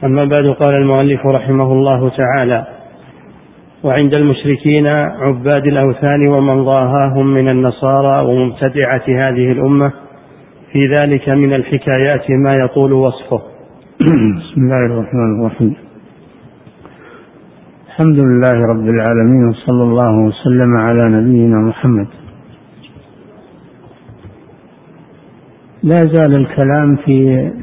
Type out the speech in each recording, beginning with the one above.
أما بعد، قال المؤلف رحمه الله تعالى: وعند المشركين عباد الأوثان ومن ضاهاهم من النصارى ومبتدعة هذه الأمة في ذلك من الحكايات ما يطول وصفه. بسم الله الرحمن الرحيم. الحمد لله رب العالمين، وصلى الله وسلم على نبينا محمد. لا زال الكلام في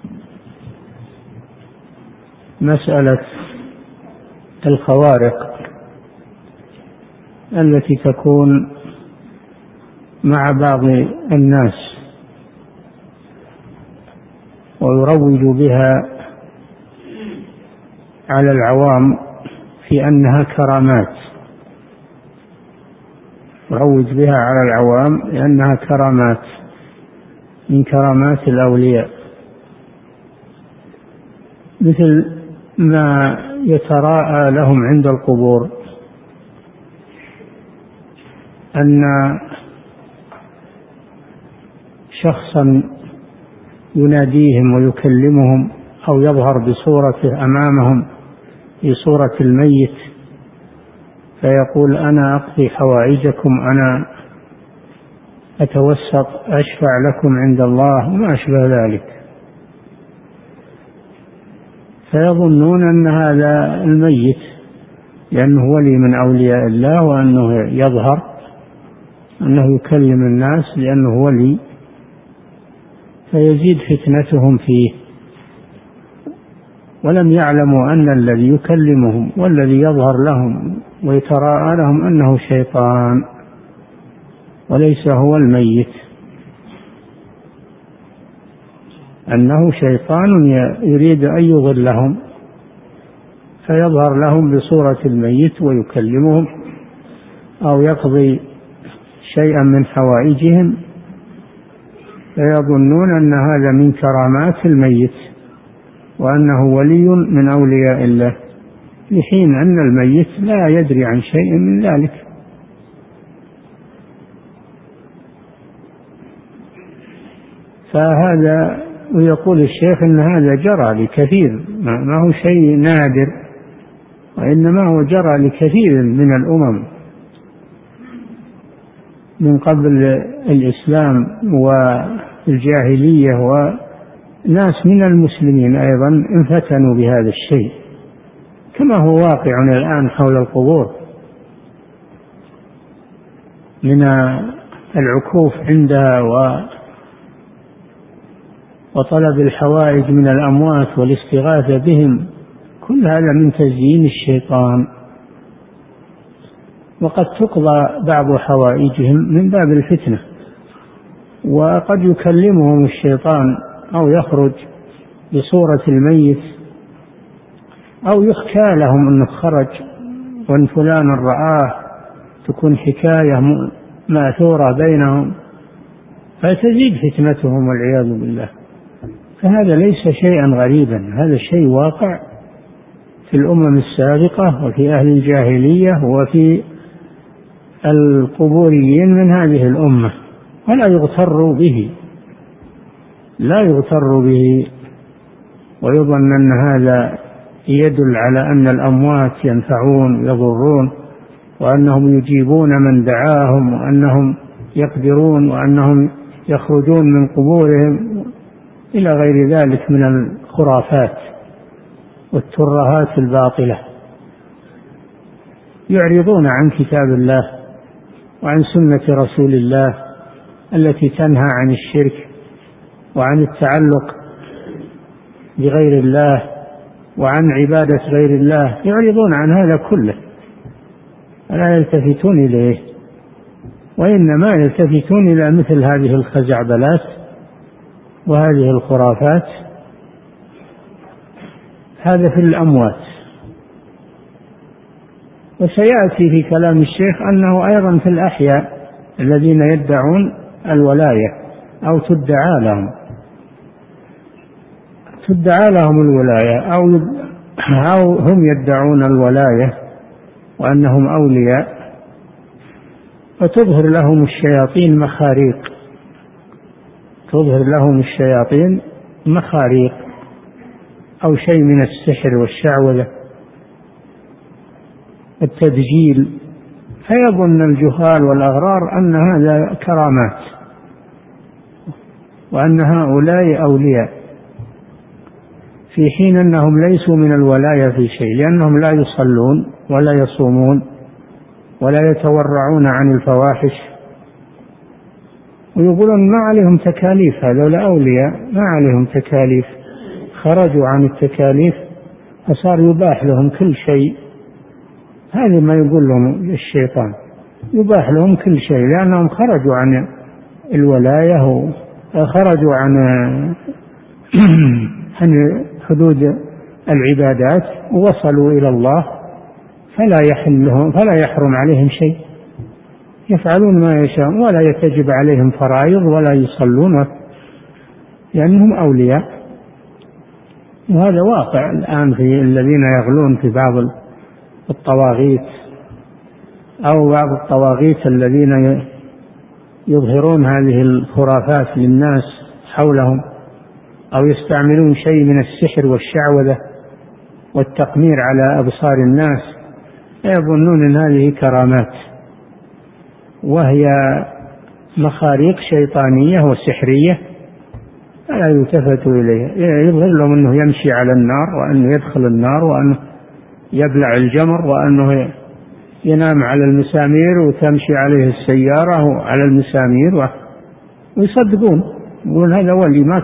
مسألة الخوارق التي تكون مع بعض الناس ويروج بها على العوام في أنها كرامات، يروج بها على العوام لأنها كرامات من كرامات الأولياء، مثل ما يتراءى لهم عند القبور أن شخصا يناديهم ويكلمهم أو يظهر بصورته أمامهم في صورة الميت فيقول: أنا أقضي حوائجكم، أنا أتوسط، أشفع لكم عند الله، وما أشبه ذلك. فيظنون أن هذا الميت لأنه ولي من أولياء الله، وأنه يظهر أنه يكلم الناس لأنه ولي، فيزيد فتنتهم فيه، ولم يعلموا أن الذي يكلمهم والذي يظهر لهم ويتراءى لهم أنه شيطان وليس هو الميت، أنه شيطان يريد أن يضلهم، فيظهر لهم بصورة الميت ويكلمهم أو يقضي شيئا من حوائجهم، فيظنون أن هذا من كرامات الميت وأنه ولي من أولياء الله، في حين أن الميت لا يدري عن شيء من ذلك. فهذا، ويقول الشيخ أن هذا جرى لكثير، ما هو شيء نادر، وإنما هو جرى لكثير من الأمم من قبل الإسلام والجاهلية، وناس من المسلمين أيضا انفتنوا بهذا الشيء، كما هو واقع الآن حول القبور من العكوف عندها وطلب الحوائج من الأموات والاستغاثة بهم، كل هذا من تزيين الشيطان، وقد تقضى بعض حوائجهم من باب الفتنة، وقد يكلمهم الشيطان أو يخرج بصورة الميت، أو يحكى لهم أنه خرج وأن فلان رآه، تكون حكاية مأثورة بينهم، فتزيد فتنتهم والعياذ بالله. فهذا ليس شيئا غريبا، هذا شيء واقع في الأمم السابقة وفي أهل الجاهلية وفي القبوريين من هذه الأمة، ولا يغتر به، لا يغتر به، ويظن أن هذا يدل على أن الأموات ينفعون ويضرون، وأنهم يجيبون من دعاهم، وأنهم يقدرون، وأنهم يخرجون من قبورهم، إلى غير ذلك من الخرافات والترهات الباطلة. يعرضون عن كتاب الله وعن سنة رسول الله التي تنهى عن الشرك وعن التعلق بغير الله وعن عبادة غير الله، يعرضون عن هذا كله، لا يلتفتون إليه، وإنما يلتفتون إلى مثل هذه الخزعبلات وهذه الخرافات. هذا في الأموات. وسيأتي في كلام الشيخ أنه أيضا في الأحياء الذين يدعون الولاية أو تدعى لهم الولاية، أو هم يدعون الولاية وأنهم أولياء، وتظهر لهم الشياطين مخاريق، تظهر لهم الشياطين مخاريق أو شيء من السحر والشعوذة التدجيل، فيظن الجهال والأغرار أن هذا كرامات وأن هؤلاء أولياء، في حين أنهم ليسوا من الولاية في شيء، لأنهم لا يصلون ولا يصومون ولا يتورعون عن الفواحش، ويقولون ما عليهم تكاليف، هذول أولياء ما عليهم تكاليف، خرجوا عن التكاليف فصار يباح لهم كل شيء. هذا ما يقول لهم الشيطان، يباح لهم كل شيء لأنهم خرجوا عن الولاية وخرجوا عن حدود العبادات ووصلوا إلى الله، فلا يحرم عليهم شيء، يفعلون ما يشاءون ولا يتجب عليهم فرائض ولا يصلون لأنهم أولياء. وهذا واقع الآن في الذين يغلون في بعض الطواغيت أو بعض الطواغيت الذين يظهرون هذه الخرافات للناس حولهم، أو يستعملون شيء من السحر والشعوذة والتقمير على أبصار الناس، يظنون أن هذه كرامات، وهي مخاريق شيطانية وسحرية فلا يلتفت إليها. يظهر لهم أنه يمشي على النار، وأنه يدخل النار، وأنه يبلع الجمر، وأنه ينام على المسامير وتمشي عليه السيارة على المسامير، ويصدقون، يقولون هذا ولي ما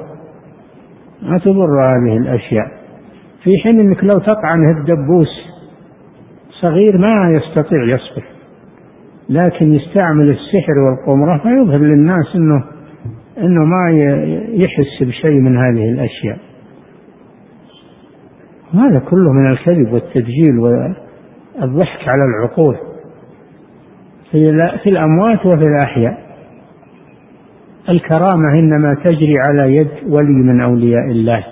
تضر هذه الأشياء، في حين أنك لو تطعنه الدبوس صغير ما يستطيع يصبر، لكن يستعمل السحر والقمرة فيظهر للناس أنه ما يحس بشيء من هذه الأشياء. هذا كله من الكذب والتدجيل والضحك على العقول في الأموات وفي الأحياء. الكرامة إنما تجري على يد ولي من أولياء الله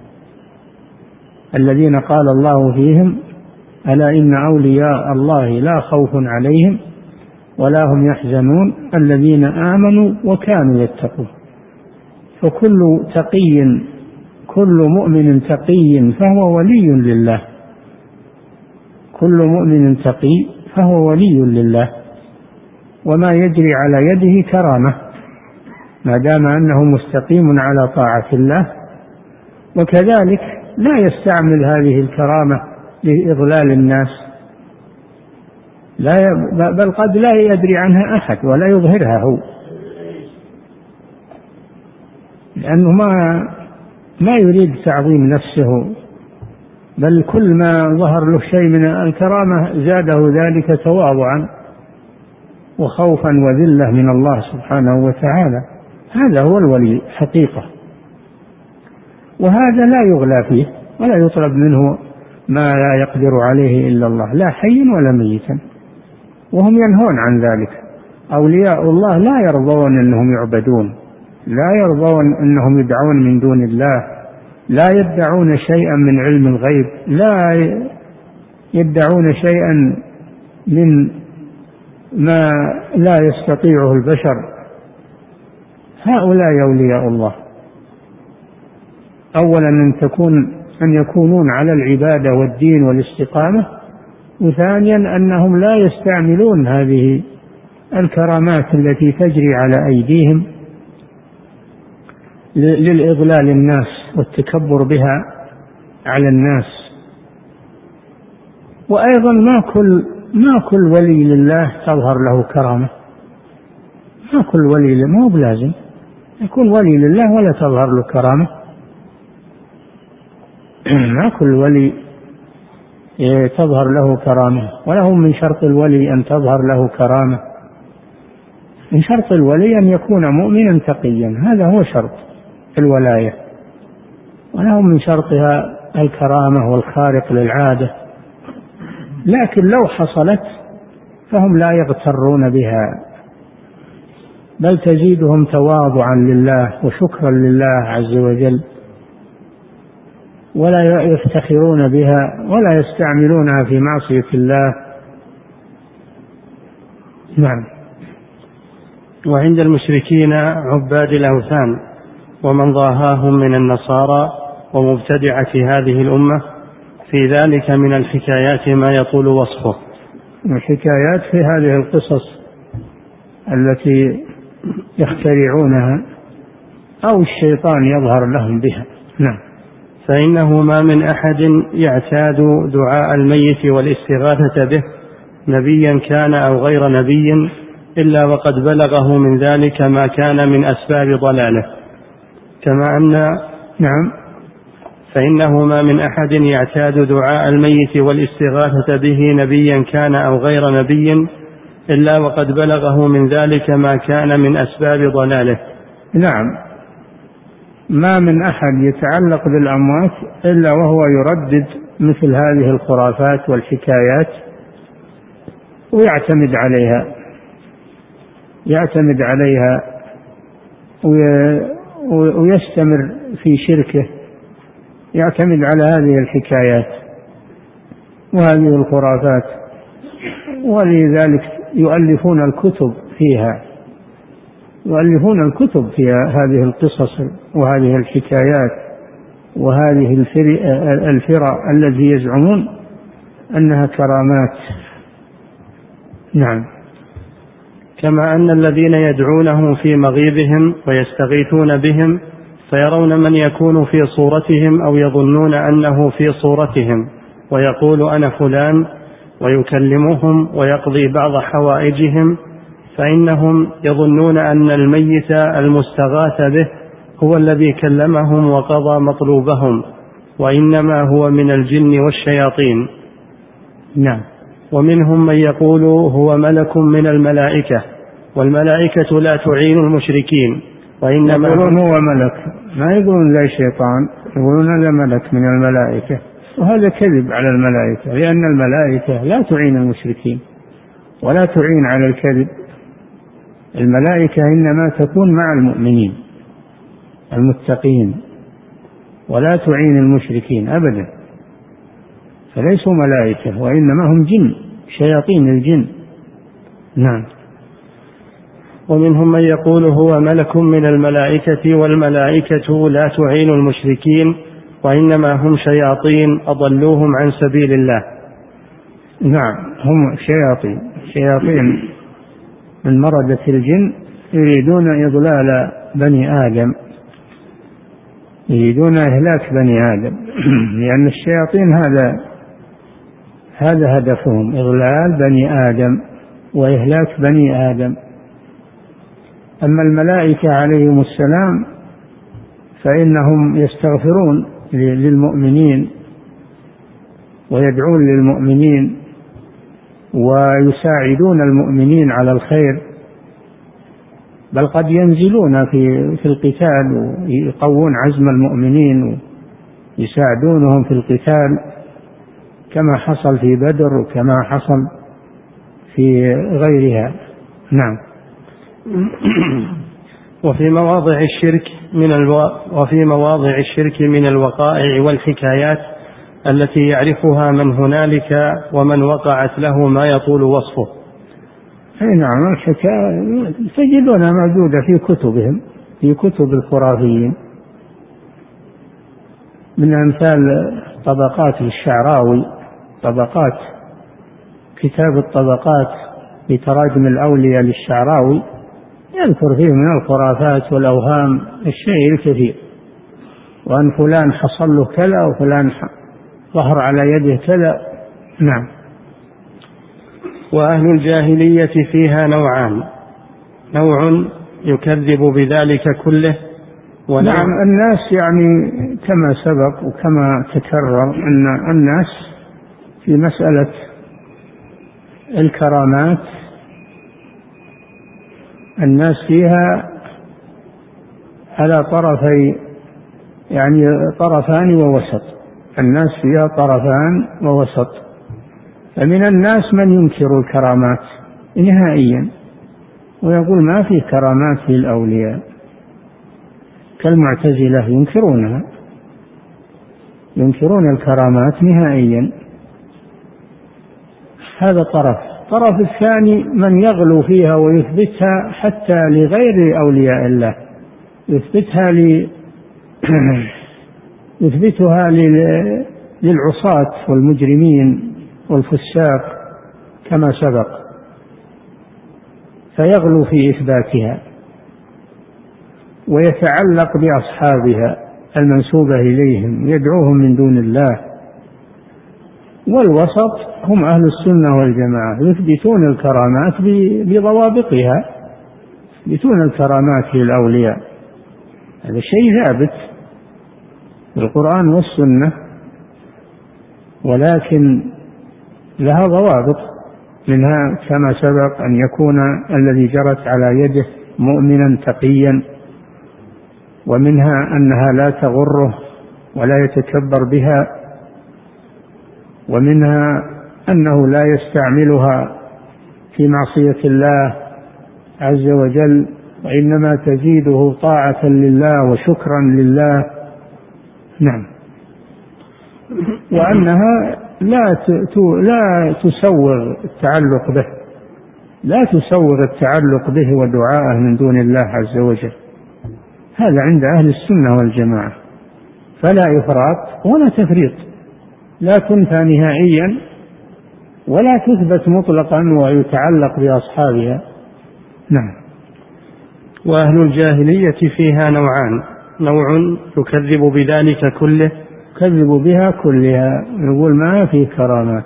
الذين قال الله فيهم: ألا إن أولياء الله لا خوف عليهم ولا هم يحزنون الذين آمنوا وكانوا يتقون. فكل تقي، كل مؤمن تقي فهو ولي لله، كل مؤمن تقي فهو ولي لله، وما يجري على يده كرامة ما دام أنه مستقيم على طاعة الله. وكذلك لا يستعمل هذه الكرامة لإضلال الناس، بل قد لا يدري عنها أحد ولا يظهرها هو، لأنه ما يريد تعظيم نفسه، بل كل ما ظهر له شيء من الكرامة زاده ذلك تواضعا وخوفا وذلة من الله سبحانه وتعالى. هذا هو الولي حقيقة، وهذا لا يغلى فيه ولا يطلب منه ما لا يقدر عليه إلا الله، لا حي ولا ميتا، وهم ينهون عن ذلك. أولياء الله لا يرضون أنهم يعبدون، لا يرضون أنهم يدعون من دون الله، لا يدعون شيئا من علم الغيب، لا يدعون شيئا من ما لا يستطيعه البشر. هؤلاء أولياء الله، أولا أن يكونون على العبادة والدين والاستقامة، وثانيا أنهم لا يستعملون هذه الكرامات التي تجري على أيديهم للإضلال الناس والتكبر بها على الناس. وأيضا ما كل ولي لله تظهر له كرامة، ما كل ولي، ما هو بلازم يكون ولي لله ولا تظهر له كرامة. ما كل ولي تظهر له كرامة، وله من شرط الولي أن تظهر له كرامة. من شرط الولي أن يكون مؤمنا تقيا، هذا هو شرط الولاية، وله من شرطها الكرامة والخارق للعادة. لكن لو حصلت فهم لا يغترون بها، بل تزيدهم تواضعا لله وشكرا لله عز وجل، ولا يفتخرون بها ولا يستعملونها في معصية الله. نعم. وعند المشركين عباد الأوثان ومن ضاهاهم من النصارى ومبتدعة هذه الأمة في ذلك من الحكايات ما يطول وصفه. الحكايات في هذه القصص التي يخترعونها أو الشيطان يظهر لهم بها. نعم. فإنه ما من أحد يعتاد دعاء الميت والاستغاثة به نبيا كان أو غير نبي إلا وقد بلغه من ذلك ما كان من أسباب ضلاله. كما أن نعم. فإنه ما من أحد يعتاد دعاء الميت والاستغاثة به نبيا كان أو غير نبي إلا وقد بلغه من ذلك ما كان من أسباب ضلاله. نعم. ما من أحد يتعلق بالأموات إلا وهو يردد مثل هذه الخرافات والحكايات ويعتمد عليها ويستمر في شركه، يعتمد على هذه الحكايات وهذه الخرافات، ولذلك يؤلفون الكتب في هذه القصص وهذه الحكايات وهذه الفرق التي يزعمون أنها كرامات. نعم. كما أن الذين يدعونهم في مغيبهم ويستغيثون بهم فيرون من يكون في صورتهم أو يظنون أنه في صورتهم ويقول أنا فلان ويكلمهم ويقضي بعض حوائجهم، فإنهم يظنون أن الميت المستغاث به هو الذي كلمهم وقضى مطلوبهم، وإنما هو من الجن والشياطين. نعم. ومنهم من يقول هو ملك من الملائكة، والملائكة لا تعين المشركين، وإنما يقولون هو ملك، ما يقولون لا شيطان، يقولون هذا ملك من الملائكة، وهذا كذب على الملائكة، لأن الملائكة لا تعين المشركين ولا تعين على الكذب. الملائكة إنما تكون مع المؤمنين المتقين ولا تعين المشركين أبدا، فليسوا ملائكة وإنما هم جن، شياطين الجن. نعم. ومنهم من يقول هو ملك من الملائكة، والملائكة لا تعين المشركين، وإنما هم شياطين أضلوهم عن سبيل الله. نعم، هم شياطين من مردة الجن يريدون إضلال بني آدم، يريدون إهلاك بني آدم لأن الشياطين هذا هدفهم، إضلال بني آدم وإهلاك بني آدم. أما الملائكة عليهم السلام فإنهم يستغفرون للمؤمنين ويدعون للمؤمنين ويساعدون المؤمنين على الخير، بل قد ينزلون في القتال ويقوون عزم المؤمنين ويساعدونهم في القتال كما حصل في بدر وكما حصل في غيرها. نعم. وفي مواضع الشرك من الوقائع والحكايات التي يعرفها من هنالك ومن وقعت له ما يطول وصفه. نعم، الحكاية تجدونها موجودة في كتبهم، في كتب الخرافيين، من أمثال طبقات الشعراوي، كتاب الطبقات بتراجم الأولياء للشعراوي، يذكر فيه من الخرافات والأوهام الشيء الكثير، وأن فلان حصل له كذا وفلان ظهر على يده كذا. نعم. وأهل الجاهلية فيها نوعان، نوع يكذب بذلك كله، نعم. الناس يعني كما سبق وكما تكرر أن الناس في مسألة الكرامات الناس فيها على طرفان ووسط، الناس فيها طرفان ووسط. فمن الناس من ينكر الكرامات نهائيا ويقول ما في كرامات للأولياء، كالمعتزلة ينكرون الكرامات نهائيا. هذا طرف الثاني من يغلو فيها ويثبتها حتى لغير أولياء الله، يثبتها يثبتها للعصاة والمجرمين والفساق كما سبق، فيغلو في إثباتها ويتعلق بأصحابها المنسوبة إليهم يدعوهم من دون الله. والوسط هم أهل السنة والجماعة، يثبتون الكرامات بضوابطها، يثبتون الكرامات للأولياء، هذا شيء ثابت بالقرآن والسنة، ولكن لها ضوابط، منها كما سبق أن يكون الذي جرت على يده مؤمنا تقيا، ومنها أنها لا تغره ولا يتكبر بها، ومنها أنه لا يستعملها في معصية الله عز وجل، وإنما تزيده طاعة لله وشكرا لله. نعم. وأنها لا تسوغ التعلق به، لا تسوغ التعلق به ودعاءه من دون الله عز وجل، هذا عند أهل السنة والجماعة، فلا إفراط ولا تفريط، لا تنفى نهائيا ولا تثبت مطلقا ويتعلق بأصحابها. نعم. وأهل الجاهلية فيها نوعان، نوع يكذب بذلك كله، يكذب بها كلها، يقول ما في كرامات،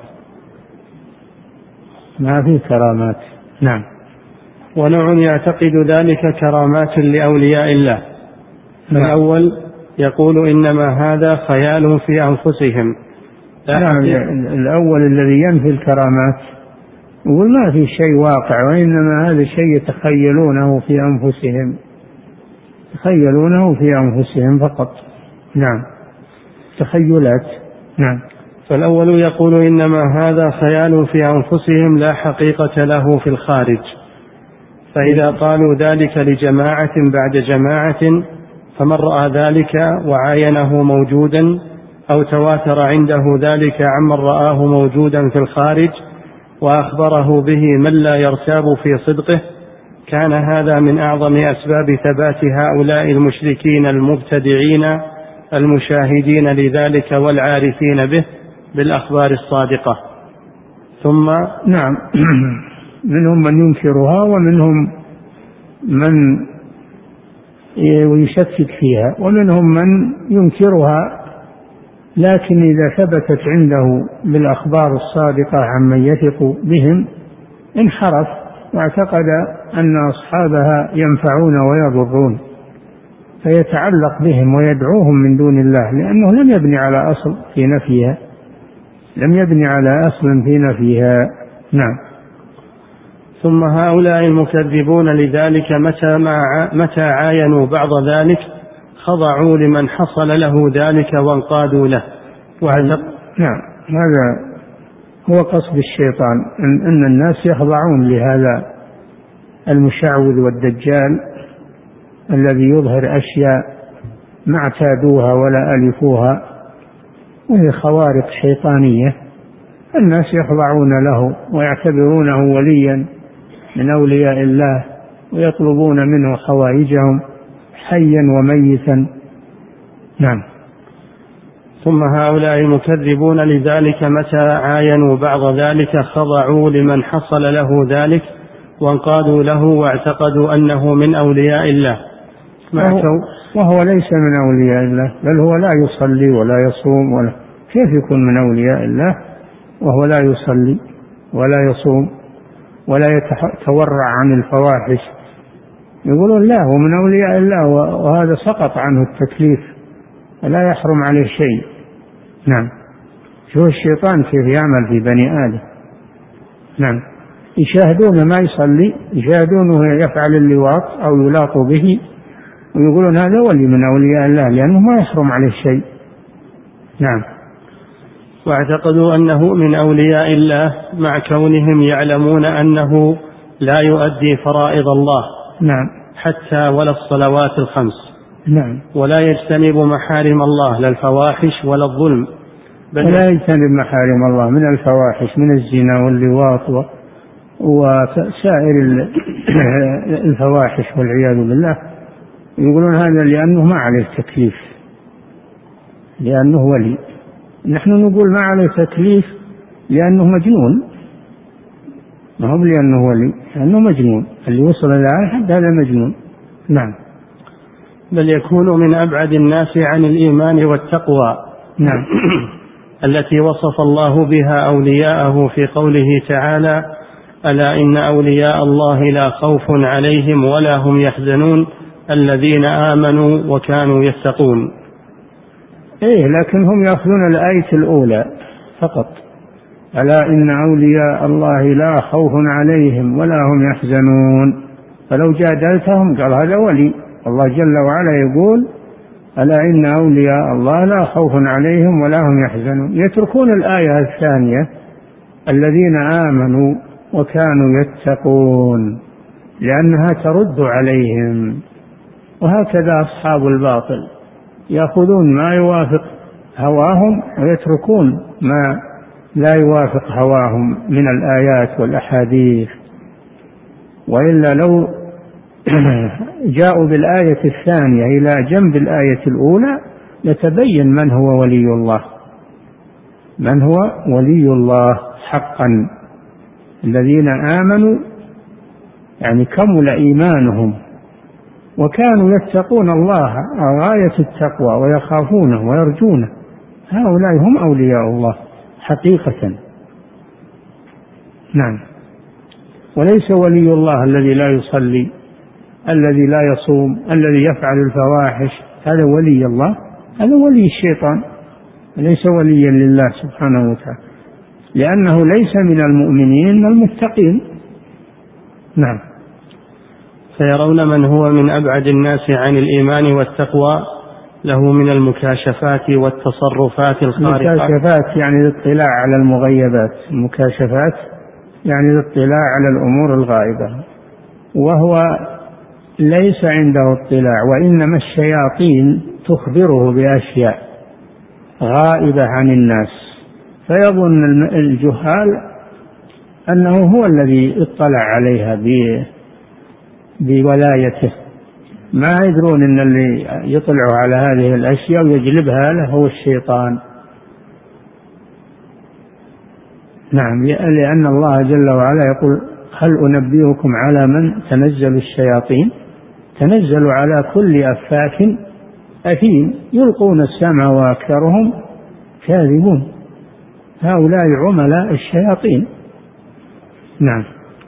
ما في كرامات. نعم. ونوع يعتقد ذلك كرامات لأولياء الله. الأول يقول إنما هذا خيال في أنفسهم. نعم. الأول الذي ينفي الكرامات يقول ما في شيء واقع، وإنما هذا شيء يتخيلونه في أنفسهم، يتخيلونه في أنفسهم فقط. نعم. تخيلات. نعم. فالأول يقول إنما هذا خيال في أنفسهم لا حقيقة له في الخارج، فإذا قالوا ذلك لجماعة بعد جماعة فمن رأى ذلك وعاينه موجودا أو تواتر عنده ذلك عمن رآه موجودا في الخارج وأخبره به من لا يرتاب في صدقه، كان هذا من أعظم أسباب ثبات هؤلاء المشركين المبتدعين المشاهدين لذلك والعارفين به بالأخبار الصادقة. ثم نعم. منهم من ينكرها ومنهم من يشكك فيها ومنهم من ينكرها، لكن إذا ثبتت عنده بالأخبار الصادقة عمن يثق بهم انحرف واعتقد أن أصحابها ينفعون ويضرون، فيتعلق بهم ويدعوهم من دون الله، لأنه لم يبني على أصل في نفيها، لم يبني على أصل في نفيها. نعم. ثم هؤلاء المكذبون لذلك متى عاينوا بعض ذلك خضعوا لمن حصل له ذلك وانقادوا له. نعم. هذا هو قصد الشيطان، أن الناس يخضعون لهذا المشعوذ والدجال الذي يظهر أشياء ما اعتادوها ولا ألفوها، وهي خوارق شيطانية، الناس يخضعون له ويعتبرونه وليا من أولياء الله ويطلبون منه حوائجهم حيا وميتا. نعم. ثم هؤلاء المكذبون لذلك متى عاينوا بعض ذلك خضعوا لمن حصل له ذلك وانقادوا له واعتقدوا أنه من أولياء الله، وهو ليس من أولياء الله، بل هو لا يصلي ولا يصوم، ولا كيف يكون من أولياء الله وهو لا يصلي ولا يصوم ولا يتورع عن الفواحش؟ يقولون لا، هو من أولياء الله وهذا سقط عنه التكليف ولا يحرم عليه شيء. نعم. شوف الشيطان كيف يعمل في بني آدم. نعم. يشاهدون ما يصلي، يشاهدونه يفعل اللواط أو يلاط به ويقولون هذا ولي من أولياء الله لأنه ما يحرم عليه شيء. نعم. واعتقدوا أنه من أولياء الله مع كونهم يعلمون أنه لا يؤدي فرائض الله. نعم. حتى ولا الصلوات الخمس. نعم. ولا يجتنب محارم الله لا الفواحش ولا الظلم، ولا يجتنب محارم الله من الفواحش من الزنا واللواط وسائر الفواحش والعياذ بالله. يقولون هذا لأنه ما عليه تكليف، لأنه ولي. نحن نقول ما عليه تكليف لأنه مجنون، ما هو لأنه ولي، لأنه مجنون، اللي وصل إلى الحد هذا مجنون. نعم. بل يكون من أبعد الناس عن الإيمان والتقوى. نعم. التي وصف الله بها أولياءه في قوله تعالى: ألا إن أولياء الله لا خوف عليهم ولا هم يحزنون الذين آمنوا وكانوا يتقون. لكن هم يأخذون الآية الأولى فقط: ألا إن أولياء الله لا خوف عليهم ولا هم يحزنون. فلو جادلتهم قال هذا ولي. الله جل وعلا يقول: ألا إن أولياء الله لا خوف عليهم ولا هم يحزنون. يتركون الآية الثانية: الذين آمنوا وكانوا يتقون، لأنها ترد عليهم. وهكذا أصحاب الباطل يأخذون ما يوافق هواهم ويتركون ما لا يوافق هواهم من الآيات والأحاديث. وإلا لو جاءوا بالآية الثانية إلى جنب الآية الأولى لتبين من هو ولي الله، من هو ولي الله حقا. الذين آمنوا يعني كمل إيمانهم وكانوا يتقون الله غاية التقوى ويخافونه ويرجونه، هؤلاء هم أولياء الله حقيقة. نعم. وليس ولي الله الذي لا يصلي، الذي لا يصوم، الذي يفعل الفواحش، هذا ولي الله، هذا ولي الشيطان، ليس وليا لله سبحانه وتعالى، لأنه ليس من المؤمنين المتقين. نعم. فيرون من هو من أبعد الناس عن الإيمان والتقوى له من المكاشفات والتصرفات الخارقة. المكاشفات يعني الاطلاع على المغيبات، المكاشفات يعني الاطلاع على الأمور الغائبة، وهو ليس عنده اطلاع، وإنما الشياطين تخبره بأشياء غائبة عن الناس، فيظن الجهال أنه هو الذي اطلع عليها بولايته، ما يدرون أن اللي يطلع على هذه الأشياء ويجلبها له هو الشيطان. نعم. لأن الله جل وعلا يقول: هل أنبئكم على من تنزل الشياطين؟ تنزل على كل أفاك أثيم يلقون السمع وأكثرهم كاذبون. هؤلاء عملاء الشياطين. نعم.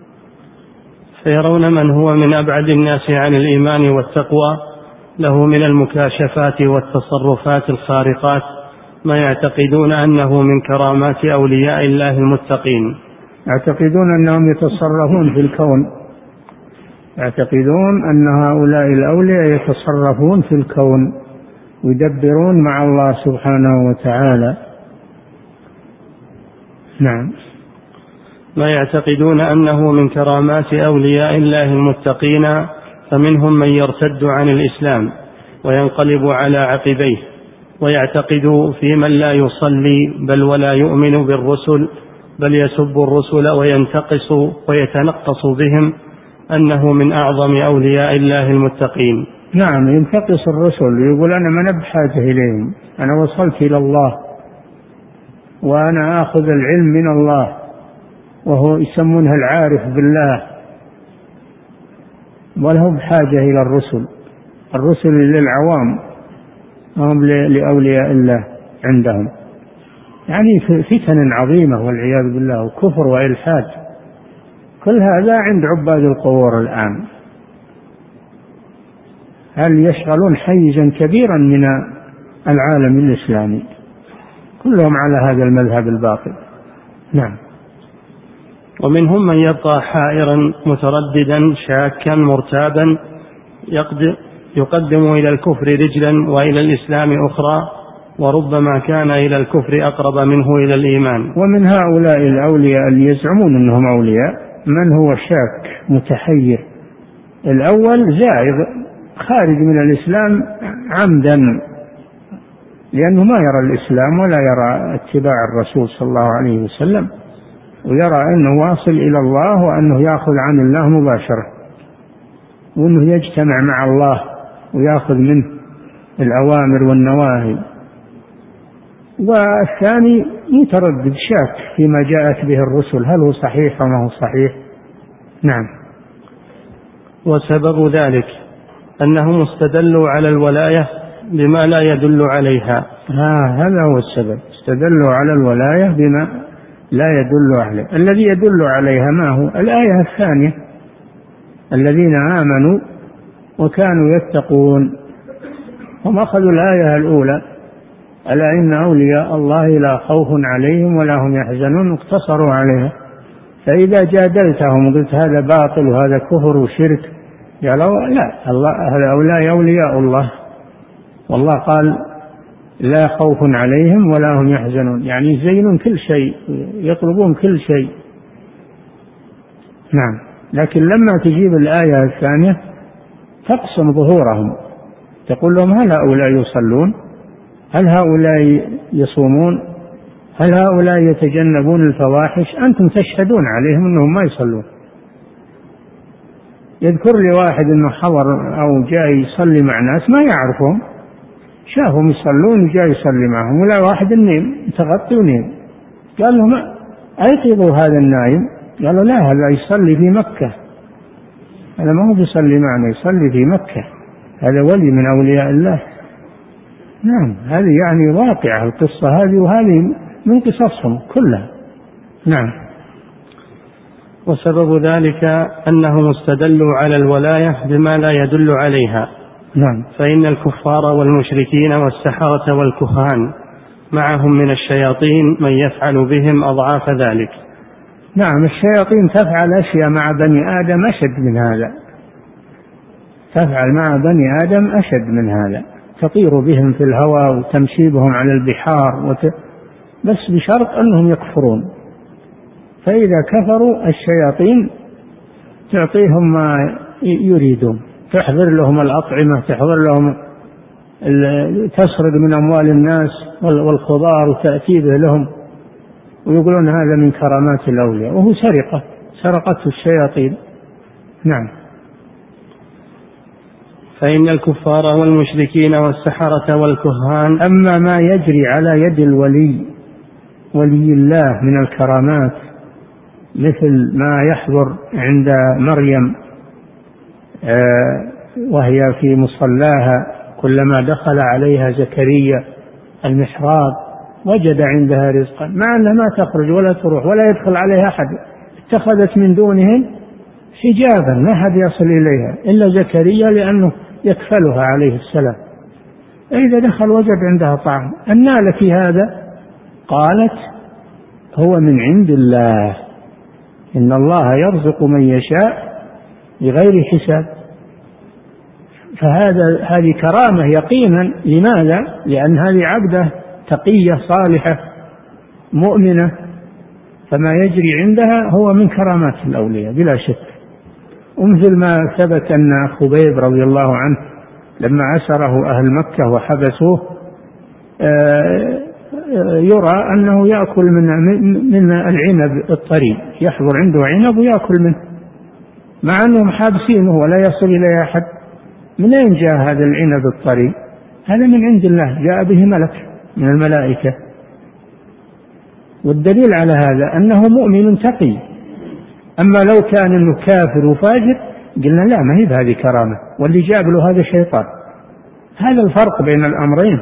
فيرون من هو من أبعد الناس عن الإيمان والتقوى له من المكاشفات والتصرفات الخارقات ما يعتقدون أنه من كرامات أولياء الله المتقين. يعتقدون أنهم يتصرفون في الكون، يعتقدون أن هؤلاء الأولياء يتصرفون في الكون ويدبرون مع الله سبحانه وتعالى. نعم. ما يعتقدون أنه من كرامات أولياء الله المتقين، فمنهم من يرتد عن الإسلام وينقلب على عقبيه ويعتقد في من لا يصلي بل ولا يؤمن بالرسل بل يسب الرسل وينتقص ويتنقص بهم أنه من أعظم أولياء الله المتقين. نعم. ينتقص الرسل ويقول: أنا ما بحاجة إليهم، أنا وصلت إلى الله وأنا آخذ العلم من الله، وهو يسمونها العارف بالله، وله بحاجة إلى الرسل. الرسل للعوام، هم لأولياء الله عندهم. يعني فتن عظيمة والعياذ بالله، وكفر وإلحاد، كل هذا عند عباد القبور الآن. هل يشغلون حيزا كبيرا من العالم الإسلامي، كلهم على هذا المذهب الباطل. نعم. ومنهم من يبقى حائرا مترددا شاكا مرتابا يقدم إلى الكفر رجلا وإلى الإسلام أخرى، وربما كان إلى الكفر أقرب منه إلى الإيمان. ومن هؤلاء الأولياء اللي يزعمون أنهم أولياء من هو شاك متحير. الأول زائغ خارج من الإسلام عمدا، لأنه ما يرى الإسلام ولا يرى اتباع الرسول صلى الله عليه وسلم، ويرى أنه واصل إلى الله وأنه يأخذ عن الله مباشرة، وأنه يجتمع مع الله ويأخذ منه الأوامر والنواهي. والثاني متردد شاك فيما جاءت به الرسل، هل هو صحيح أو ما هو صحيح. نعم. وسبب ذلك أنهم استدلوا على الولاية بما لا يدل عليها. هذا هو السبب، استدلوا على الولاية بما لا يدل عليه. الذي يدل عليها ما هو؟ الآية الثانية: الذين آمنوا وكانوا يتقون. هم أخذوا الآية الأولى: ألا إن أولياء الله لا خوف عليهم ولا هم يحزنون، اقتصروا عليها. فإذا جادلتهم وقلت هذا باطل وهذا كفر وشرك، قالوا لا، هؤلاء أولياء الله، والله قال لا خوف عليهم ولا هم يحزنون، يعني يزينون كل شيء، يطلبون كل شيء. نعم. لكن لما تجيب الآية الثانية تقسم ظهورهم، تقول لهم هل هؤلاء يصلون؟ هل هؤلاء يصومون؟ هل هؤلاء يتجنبون الفواحش؟ أنتم تشهدون عليهم أنهم ما يصلون. يذكر لي واحد أنه حضر أو جاء يصلي مع ناس ما يعرفهم، شافهم يصلون وجاء يصلي معهم، ولا واحد النيم تغطي ونيم، قال لهم أيقظوا هذا النائم. قالوا لا، هذا يصلي في مكة، هذا ما هو يصلي معنا، يصلي في مكة، هذا ولي من أولياء الله. نعم، هذه يعني واقعة القصة هذه، وهذه من قصصهم كلها. نعم. وسبب ذلك أنهم استدلوا على الولاية بما لا يدل عليها. نعم. فإن الكفار والمشركين والسحرة والكهان معهم من الشياطين من يفعل بهم أضعاف ذلك. نعم، الشياطين تفعل أشياء مع بني آدم أشد من هذا، تفعل مع بني آدم أشد من هذا، تطير بهم في الهواء وتمشي بهم على البحار بس بشرط أنهم يكفرون. فإذا كفروا الشياطين تعطيهم ما يريدون، تحضر لهم الأطعمة، تحضر لهم، تسرق من أموال الناس والخضار وتأتي به لهم، ويقولون هذا من كرامات الأولياء، وهو سرقته الشياطين. نعم. فإن الكفار والمشركين والسحرة والكهان. أما ما يجري على يد ولي الله من الكرامات، مثل ما يحضر عند مريم وهي في مصلاها، كلما دخل عليها زكريا المحراب وجد عندها رزقا، مع أنها ما تخرج ولا تروح ولا يدخل عليها أحد، اتخذت من دونهم حجابا لا أحد يصل إليها إلا زكريا، لأنه يكفلها عليه السلام. إذا دخل وجد عندها طعام. أنى لك هذا؟ قالت هو من عند الله، إن الله يرزق من يشاء بغير حساب. هذه كرامة يقينا. لماذا؟ لأن هذه عبدة تقية صالحة مؤمنة، فما يجري عندها هو من كرامات الأولياء بلا شك. ومثل ما ثبت أن خبيب رضي الله عنه لما أسره أهل مكة وحبسوه، يرى أنه يأكل من العنب الطري، يحضر عنده عنب ويأكل منه، مع أنهم حابسينه ولا يصل إليه أحد. من أين جاء هذا العنب الطري؟ هذا من عند الله، جاء به ملك من الملائكة. والدليل على هذا أنه مؤمن تقي. أما لو كان أنه كافر وفاجر قلنا لا، ما هي بهذه كرامة، واللي جاب له هذا شيطان. هذا الفرق بين الأمرين.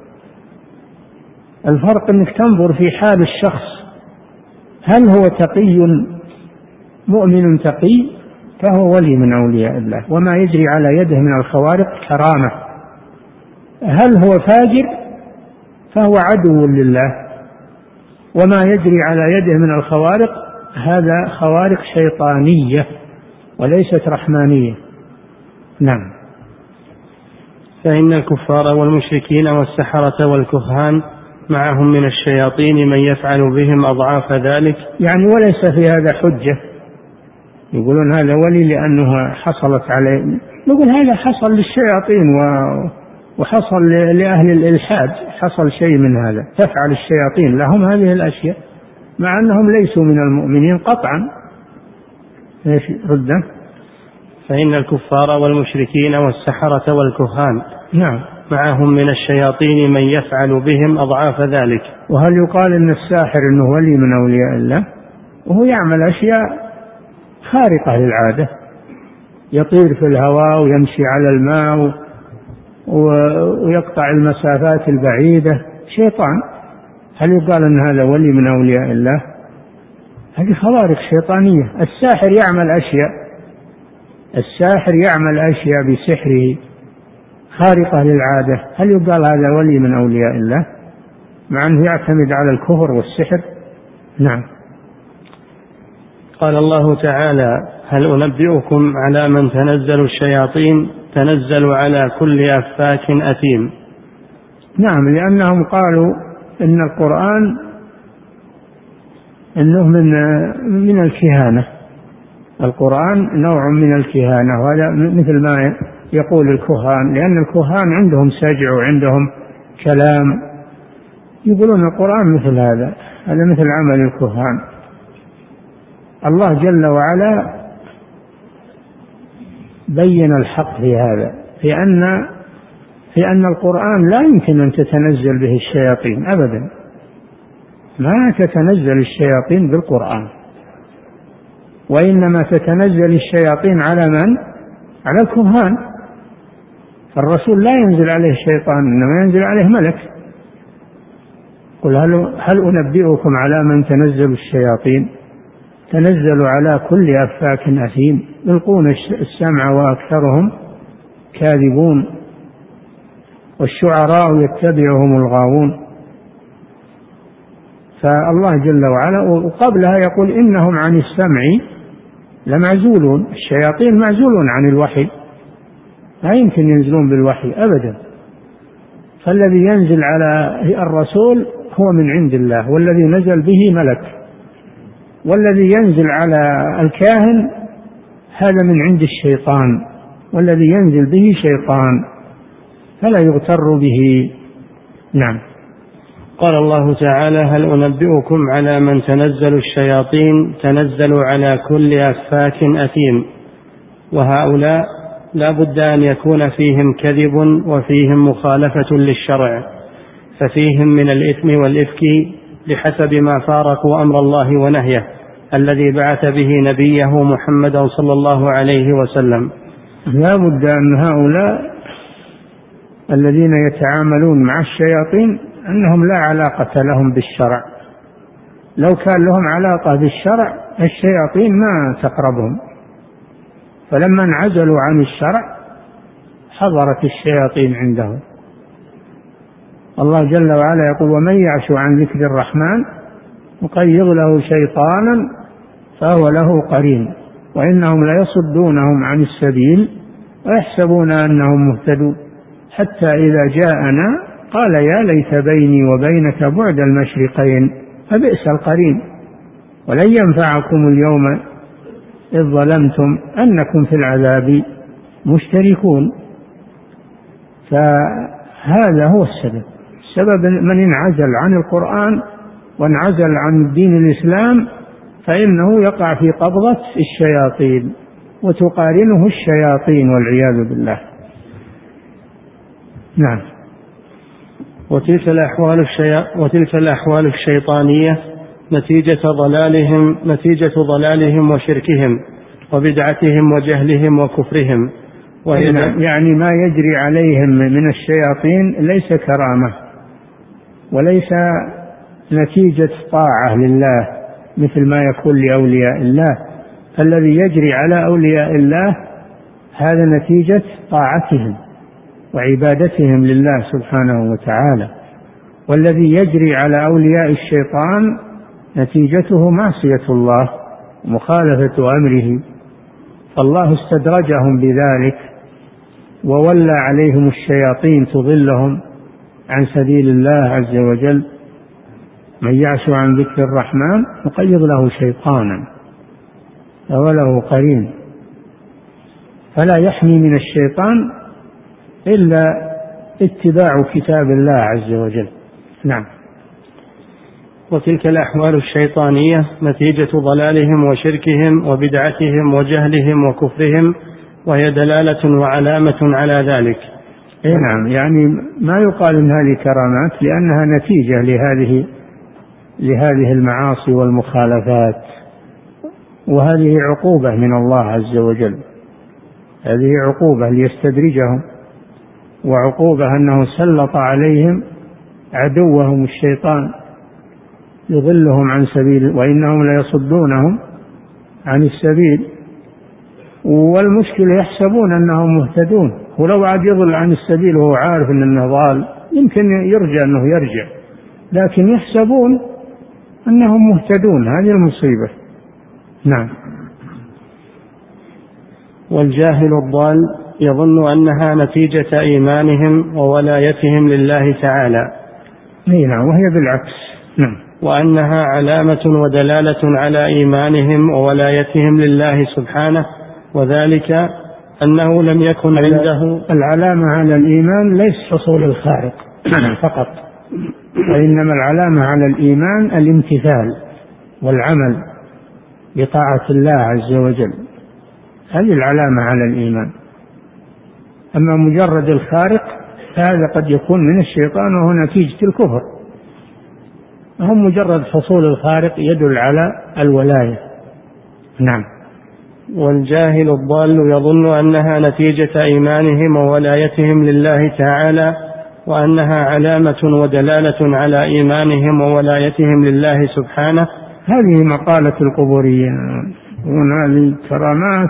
الفرق أنك تنظر في حال الشخص، هل هو تقي مؤمن تقي فهو ولي من أولياء الله، وما يجري على يده من الخوارق كرامة. هل هو فاجر فهو عدو لله، وما يجري على يده من الخوارق هذا خوارق شيطانية وليست رحمانية. نعم. فإن الكفار والمشركين والسحرة والكهان معهم من الشياطين من يفعل بهم أضعاف ذلك. يعني وليس في هذا حجة. يقولون هذا ولي لأنه حصلت عليه، نقول هذا حصل للشياطين وحصل لأهل الإلحاد، حصل شيء من هذا، تفعل الشياطين لهم هذه الأشياء مع أنهم ليسوا من المؤمنين قطعا. ايش رده؟ فإن الكفار والمشركين والسحرة والكهان. نعم. معهم من الشياطين من يفعل بهم أضعاف ذلك. وهل يقال إن الساحر إنه ولي من أولياء الله؟ وهو يعمل أشياء خارقة للعادة، يطير في الهواء ويمشي على الماء ويقطع المسافات البعيدة، شيطان. هل يقال أن هذا ولي من أولياء الله؟ هذه خوارق شيطانية. الساحر يعمل أشياء بسحره خارقة للعادة، هل يقال هذا ولي من أولياء الله مع أنه يعتمد على الكفر والسحر؟ نعم. قال الله تعالى: هل أنبئكم على من تنزل الشياطين؟ تنزل على كل أفاك أثيم. نعم، لأنهم قالوا إن القرآن إنه من الكهانة، القرآن نوع من الكهانة، وهذا مثل ما يقول الكهان، لأن الكهان عندهم سجع وعندهم كلام، يقولون القرآن مثل هذا مثل عمل الكهان. الله جل وعلا بين الحق في هذا، في أن القرآن لا يمكن أن تتنزل به الشياطين أبدا، ما تتنزل الشياطين بالقرآن، وإنما تتنزل الشياطين على من؟ على الكهان. فالرسول لا ينزل عليه شيطان، إنما ينزل عليه ملك. قل هل أنبئكم على من تنزل الشياطين؟ تنزل على كل أفاك أثيم يلقون السمع وأكثرهم كاذبون والشعراء يتبعهم الغاوون. فالله جل وعلا وقبلها يقول إنهم عن السمع لمعزولون، الشياطين معزولون عن الوحي، لا يمكن ينزلون بالوحي أبدا. فالذي ينزل على الرسول هو من عند الله، والذي نزل به ملك، والذي ينزل على الكاهن هذا من عند الشيطان، والذي ينزل به شيطان، فلا يغتر به. نعم. قال الله تعالى: هل أنبئكم على من تنزل الشياطين؟ تنزل على كل أفاك أثيم. وهؤلاء لا بد أن يكون فيهم كذب وفيهم مخالفة للشرع، ففيهم من الإثم والإفك بحسب ما فارقوا أمر الله ونهيه الذي بعث به نبيه محمدا صلى الله عليه وسلم. لا بد أن هؤلاء الذين يتعاملون مع الشياطين أنهم لا علاقة لهم بالشرع، لو كان لهم علاقة بالشرع الشياطين ما تقربهم، فلما انعزلوا عن الشرع حضرت الشياطين عندهم. الله جل وعلا يقول: ومن يعش عن ذكر الرحمن نقيض له شيطانا فهو له قرين وإنهم ليصدونهم عن السبيل ويحسبون أنهم مهتدون حتى إذا جاءنا قال يا ليت بيني وبينك بعد المشرقين فبئس القرين ولن ينفعكم اليوم إذ ظلمتم أنكم في العذاب مشتركون. فهذا هو السبب من انعزل عن القرآن وانعزل عن دين الإسلام فإنه يقع في قبضة الشياطين وتقارنه الشياطين والعياذ بالله. نعم. وتلك الأحوال الشيطانية نتيجة ضلالهم وشركهم وبدعتهم وجهلهم وكفرهم. يعني ما يجري عليهم من الشياطين ليس كرامة وليس نتيجة طاعة لله مثل ما يكون لأولياء الله. الذي يجري على أولياء الله هذا نتيجة طاعتهم وعبادتهم لله سبحانه وتعالى، والذي يجري على أولياء الشيطان نتيجته معصية الله ومخالفة أمره، فالله استدرجهم بذلك وولى عليهم الشياطين تضلهم عن سبيل الله عز وجل. من يعش عن ذكر الرحمن نقيض له شيطانا فهو له قرين، فلا يحمي من الشيطان إلا اتباع كتاب الله عز وجل. نعم. وتلك الأحوال الشيطانية نتيجة ضلالهم وشركهم وبدعتهم وجهلهم وكفرهم، وهي دلالة وعلامة على ذلك، نعم، يعني ما يقال إن هذه كرامات لأنها نتيجة لهذه المعاصي والمخالفات، وهذه عقوبة من الله عز وجل، هذه عقوبة ليستدرجهم، وعقوبة أنه سلط عليهم عدوهم الشيطان يضلهم عن سبيل، وإنهم ليصدونهم عن السبيل، والمشكلة يحسبون أنهم مهتدون، ولو عاد يضل عن السبيل وهو عارف أنه ضال يمكن يرجع أنه يرجع، لكن يحسبون أنهم مهتدون، هذه المصيبة. نعم. والجاهل الضال يظن أنها نتيجة إيمانهم وولايتهم لله تعالى. نعم، وهي بالعكس. نعم. وأنها علامة ودلالة على إيمانهم وولايتهم لله سبحانه، وذلك أنه لم يكن عنده. العلامة على الإيمان ليس حصول الخارق فقط، وإنما العلامة على الإيمان الامتثال والعمل بطاعة الله عز وجل، هذه العلامة على الإيمان. أما مجرد الخارق هذا قد يكون من الشيطان وهو نتيجة الكفر، هم مجرد حصول الخارق يدل على الولاية. نعم. والجاهل الضال يظن أنها نتيجة إيمانهم وولايتهم لله تعالى، وأنها علامة ودلالة على إيمانهم وولايتهم لله سبحانه. هذه مقالة القبوريين، هذه كرامات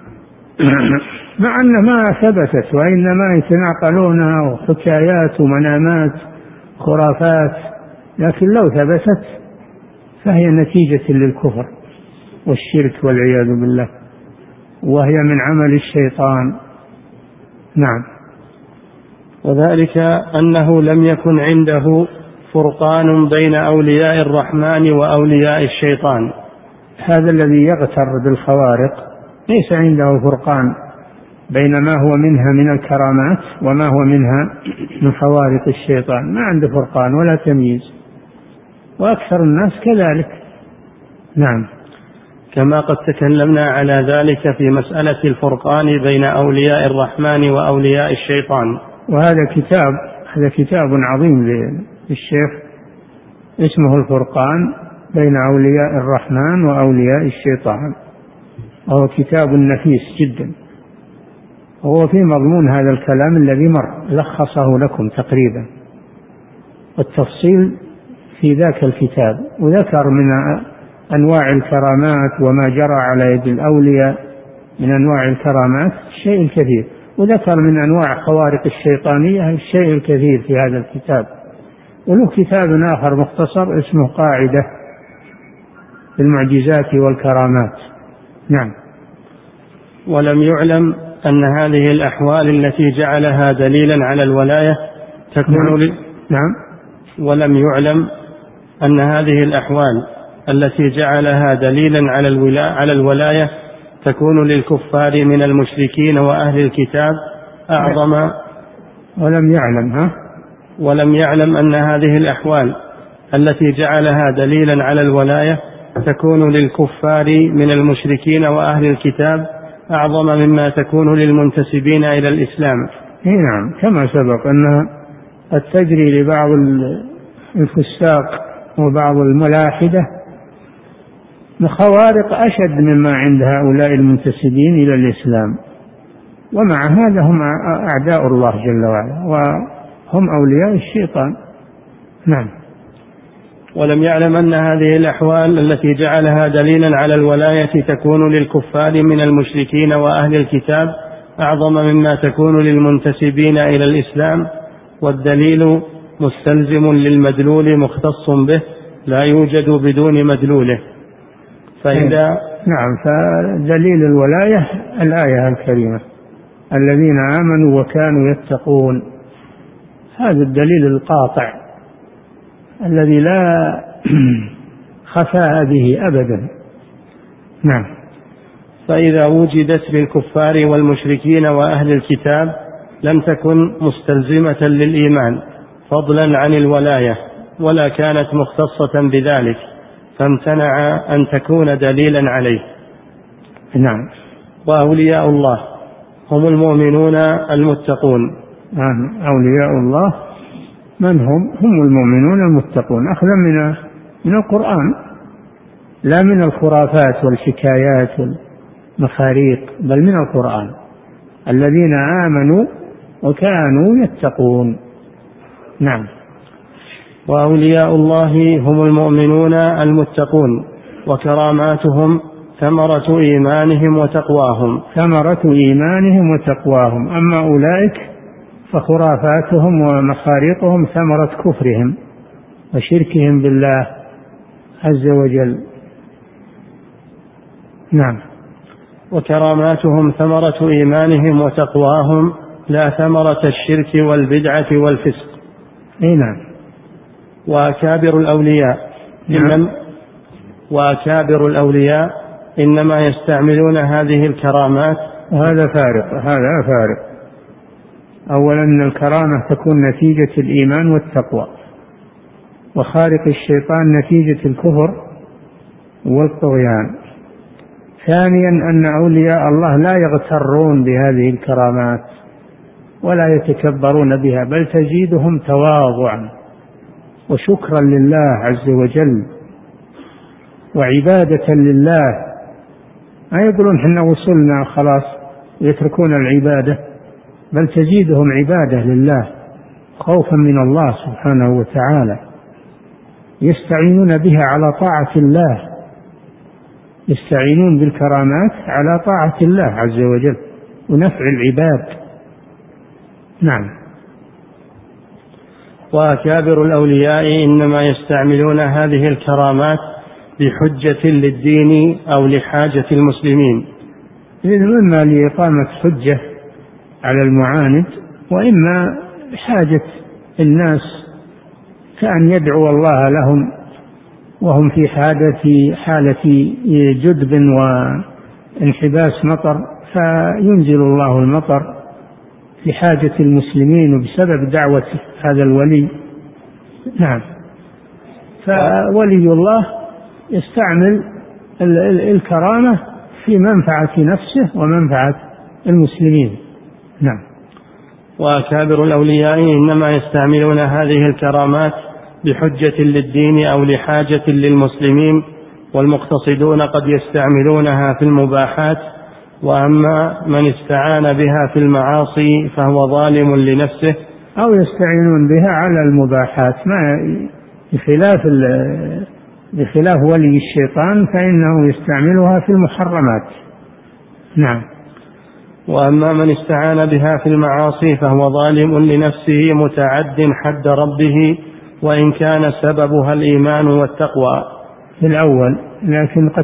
مع أن ما ثبتت، وإنما يتناقلونها وحكايات ومنامات خرافات، لكن لو ثبتت فهي نتيجة للكفر والشرك والعياذ بالله، وهي من عمل الشيطان. نعم. وذلك أنه لم يكن عنده فرقان بين أولياء الرحمن وأولياء الشيطان. هذا الذي يغتر بالخوارق ليس عنده فرقان بين ما هو منها من الكرامات وما هو منها من خوارق الشيطان، ما عنده فرقان ولا تمييز، وأكثر الناس كذلك. نعم. كما قد تكلمنا على ذلك في مسألة الفرقان بين أولياء الرحمن وأولياء الشيطان. وهذا كتاب عظيم للشيخ اسمه الفرقان بين أولياء الرحمن وأولياء الشيطان، وهو كتاب نفيس جدا، وهو في مضمون هذا الكلام الذي مر لخصه لكم تقريبا، والتفصيل في ذاك الكتاب، وذكر من أنواع الكرامات وما جرى على يد الأولياء من أنواع الكرامات شيء كثير، وذكر من أنواع خوارق الشيطانية الشيء الكثير في هذا الكتاب. وله كتاب آخر مختصر اسمه قاعدة في المعجزات والكرامات. نعم. ولم يعلم أن هذه الأحوال التي جعلها دليلا على الولاية تكون نعم. ولم يعلم أن هذه الأحوال التي جعلها دليلا على الولاية تكون للكفار من المشركين وأهل الكتاب أعظم. ولم يعلم أن هذه الأحوال التي جعلها دليلا على الولاية تكون للكفار من المشركين وأهل الكتاب أعظم مما تكون للمنتسبين إلى الإسلام. نعم، كما سبق أنها قد تجري لبعض الفساق وبعض الملاحدة خوارق أشد مما عند هؤلاء المنتسبين إلى الإسلام، ومع هذا هم أعداء الله جل وعلا وهم أولياء الشيطان. نعم. ولم يعلم أن هذه الأحوال التي جعلها دليلا على الولاية تكون للكفار من المشركين وأهل الكتاب أعظم مما تكون للمنتسبين إلى الإسلام، والدليل مستلزم للمدلول مختص به لا يوجد بدون مدلوله. نعم، فدليل الولاية الآية الكريمة الذين آمنوا وكانوا يتقون، هذا الدليل القاطع الذي لا خفاء به أبدا. نعم. فإذا وجدت للكفار والمشركين وأهل الكتاب لم تكن مستلزمة للإيمان فضلا عن الولاية، ولا كانت مختصة بذلك، فامتنع أن تكون دليلا عليه. نعم. وأولياء الله هم المؤمنون المتقون أولياء الله من هم المؤمنون المتقون، أخذا من القرآن لا من الخرافات والحكايات والمخاريق، بل من القرآن. الذين آمنوا وكانوا يتقون. نعم. وأولياء الله هم المؤمنون المتقون، وكراماتهم ثمرة إيمانهم وتقواهم. ثمرة إيمانهم وتقواهم. أما أولئك فخرافاتهم ومخاريقهم ثمرة كفرهم وشركهم بالله عز وجل. نعم. وكراماتهم ثمرة إيمانهم وتقواهم، لا ثمرة الشرك والبدعة والفسق. نعم. وأكابر الأولياء إنما يستعملون هذه الكرامات. هذا فارق. أولا أن الكرامة تكون نتيجة الإيمان والتقوى، وخارق الشيطان نتيجة الكفر والطغيان. ثانيا أن أولياء الله لا يغترون بهذه الكرامات ولا يتكبرون بها، بل تزيدهم تواضعا وشكرا لله عز وجل وعبادة لله. ما يقولون حنا وصلنا خلاص يتركون العبادة، بل تزيدهم عبادة لله خوفا من الله سبحانه وتعالى، يستعينون بها على طاعة الله، يستعينون بالكرامات على طاعة الله عز وجل ونفع العباد. نعم. وأكابر الأولياء إنما يستعملون هذه الكرامات بحجة للدين أو لحاجة المسلمين، إما لإقامة حجة على المعاند، وإما حاجة الناس، كأن يدعو الله لهم وهم في حالة جدب وانحباس مطر، فينزل الله المطر لحاجة المسلمين وبسبب دعوة هذا الولي. نعم. فولي الله يستعمل الكرامة في منفعة نفسه ومنفعة المسلمين. نعم. وأكابر الأولياء إنما يستعملون هذه الكرامات بحجة للدين أو لحاجة للمسلمين، والمقتصدون قد يستعملونها في المباحات، وأما من استعان بها في المعاصي فهو ظالم لنفسه. أو يستعينون بها على المباحات، بخلاف ولي الشيطان فإنه يستعملها في المحرمات. نعم. وأما من استعان بها في المعاصي فهو ظالم لنفسه متعد حد ربه، وإن كان سببها الإيمان والتقوى في الأول، لكن قد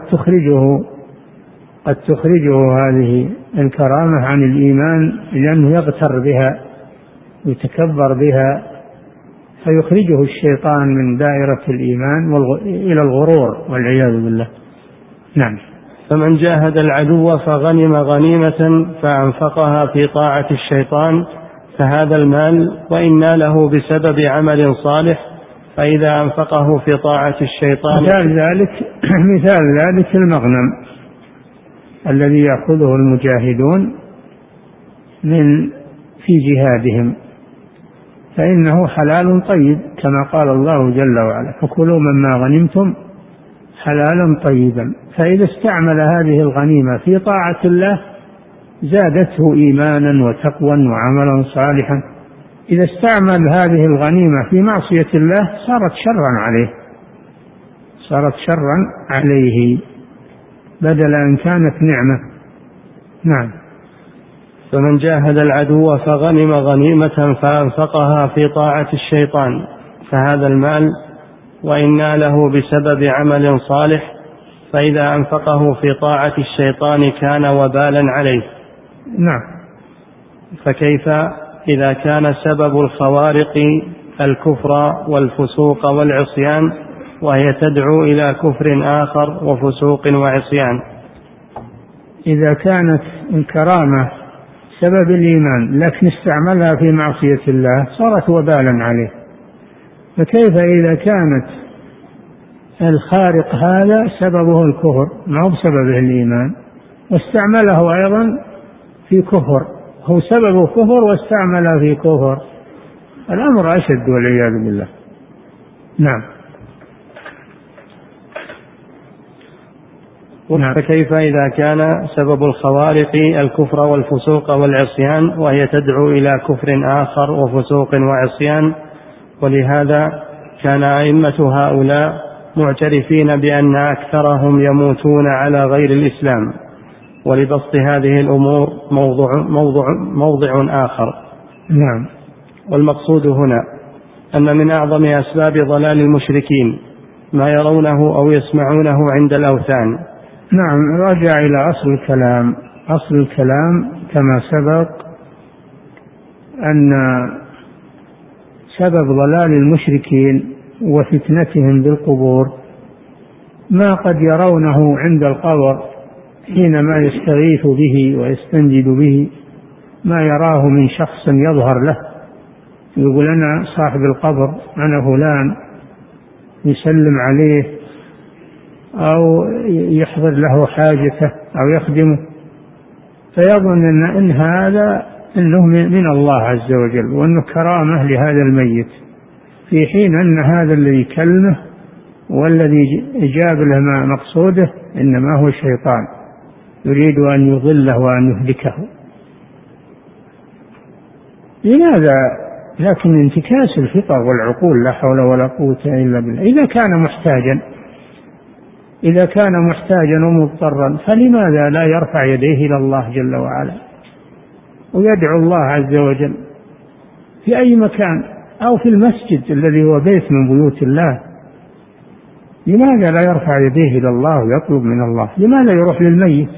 تخرجه هذه الكرامة عن الإيمان، لأنه يغتر بها ويتكبر بها، فيخرجه الشيطان من دائرة الإيمان إلى الغرور والعياذ بالله. نعم. فمن جاهد العدو فغنم غنيمة فأنفقها في طاعة الشيطان فهذا المال وإن ناله بسبب عمل صالح، فإذا أنفقه في طاعة الشيطان. مثال ذلك المغنم الذي يأخذه المجاهدون في جهادهم، فإنه حلال طيب كما قال الله جل وعلا: فكلوا مما غنمتم حلالا طيبا. فإذا استعمل هذه الغنيمة في طاعة الله زادته إيمانا وتقوى وعملا صالحا. إذا استعمل هذه الغنيمة في معصية الله صارت شرا عليه بدل أن كانت نعمة. نعم. فمن جاهد العدو فغنم غنيمة فأنفقها في طاعة الشيطان فهذا المال وإن ناله بسبب عمل صالح، فإذا أنفقه في طاعة الشيطان كان وبالا عليه. نعم. فكيف إذا كان سبب الخوارق الكفر والفسوق والعصيان، وهي تدعو إلى كفر آخر وفسوق وعصيان؟ إذا كانت الكرامة سبب الإيمان لكن استعملها في معصية الله صارت وبالا عليه، فكيف إذا كانت الخارق هذا سببه الكفر ما هو بسببه الإيمان، واستعمله أيضا في كفر هو سببه كفر واستعمل في كفر، الأمر أشد والعياذ بالله. نعم. فكيف إذا كان سبب الخوارق الكفر والفسوق والعصيان وهي تدعو إلى كفر آخر وفسوق وعصيان، ولهذا كان أئمة هؤلاء معترفين بأن أكثرهم يموتون على غير الإسلام، ولبسط هذه الأمور موضع آخر. نعم. والمقصود هنا أن من أعظم أسباب ضلال المشركين ما يرونه أو يسمعونه عند الأوثان. نعم. راجع إلى أصل الكلام. أصل الكلام كما سبق أن سبب ضلال المشركين وفتنتهم بالقبور ما قد يرونه عند القبر حينما يستغيث به ويستنجد به، ما يراه من شخص يظهر له يقول أنا صاحب القبر، أنا فلان، يسلم عليه أو يحضر له حاجته أو يخدمه، فيظن أن هذا أنه من الله عز وجل وأنه كرامة لهذا الميت، في حين أن هذا الذي كلمه والذي جاب له ما مقصوده إنما هو الشيطان يريد أن يضله وأن يهلكه. لماذا؟ لكن انتكاس الفطر والعقول، لا حول ولا قوة إلا بالله. إذا كان محتاجا ومضطرا فلماذا لا يرفع يديه إلى الله جل وعلا ويدعو الله عز وجل في أي مكان، أو في المسجد الذي هو بيت من بيوت الله؟ لماذا لا يرفع يديه إلى الله ويطلب من الله؟ لماذا يروح للميت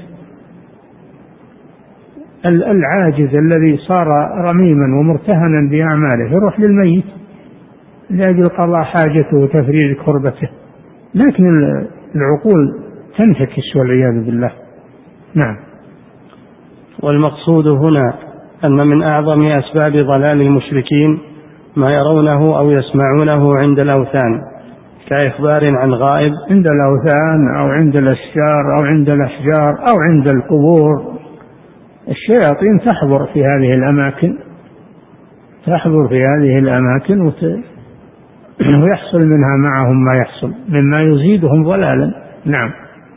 العاجز الذي صار رميما ومرتهنا بأعماله، يروح للميت لأجل قضاء حاجته وتفريج كربته؟ لكن العقول تنفكس والعياذ بالله. نعم. والمقصود هنا أن من أعظم أسباب ضلال المشركين ما يرونه أو يسمعونه عند الأوثان، كإخبار عن غائب عند الأوثان أو عند الأشجار أو عند الأشجار أو عند القبور. الشياطين تحضر في هذه الأماكن ويحصل منها معهم ما يحصل مما يزيدهم ضلالا. نعم.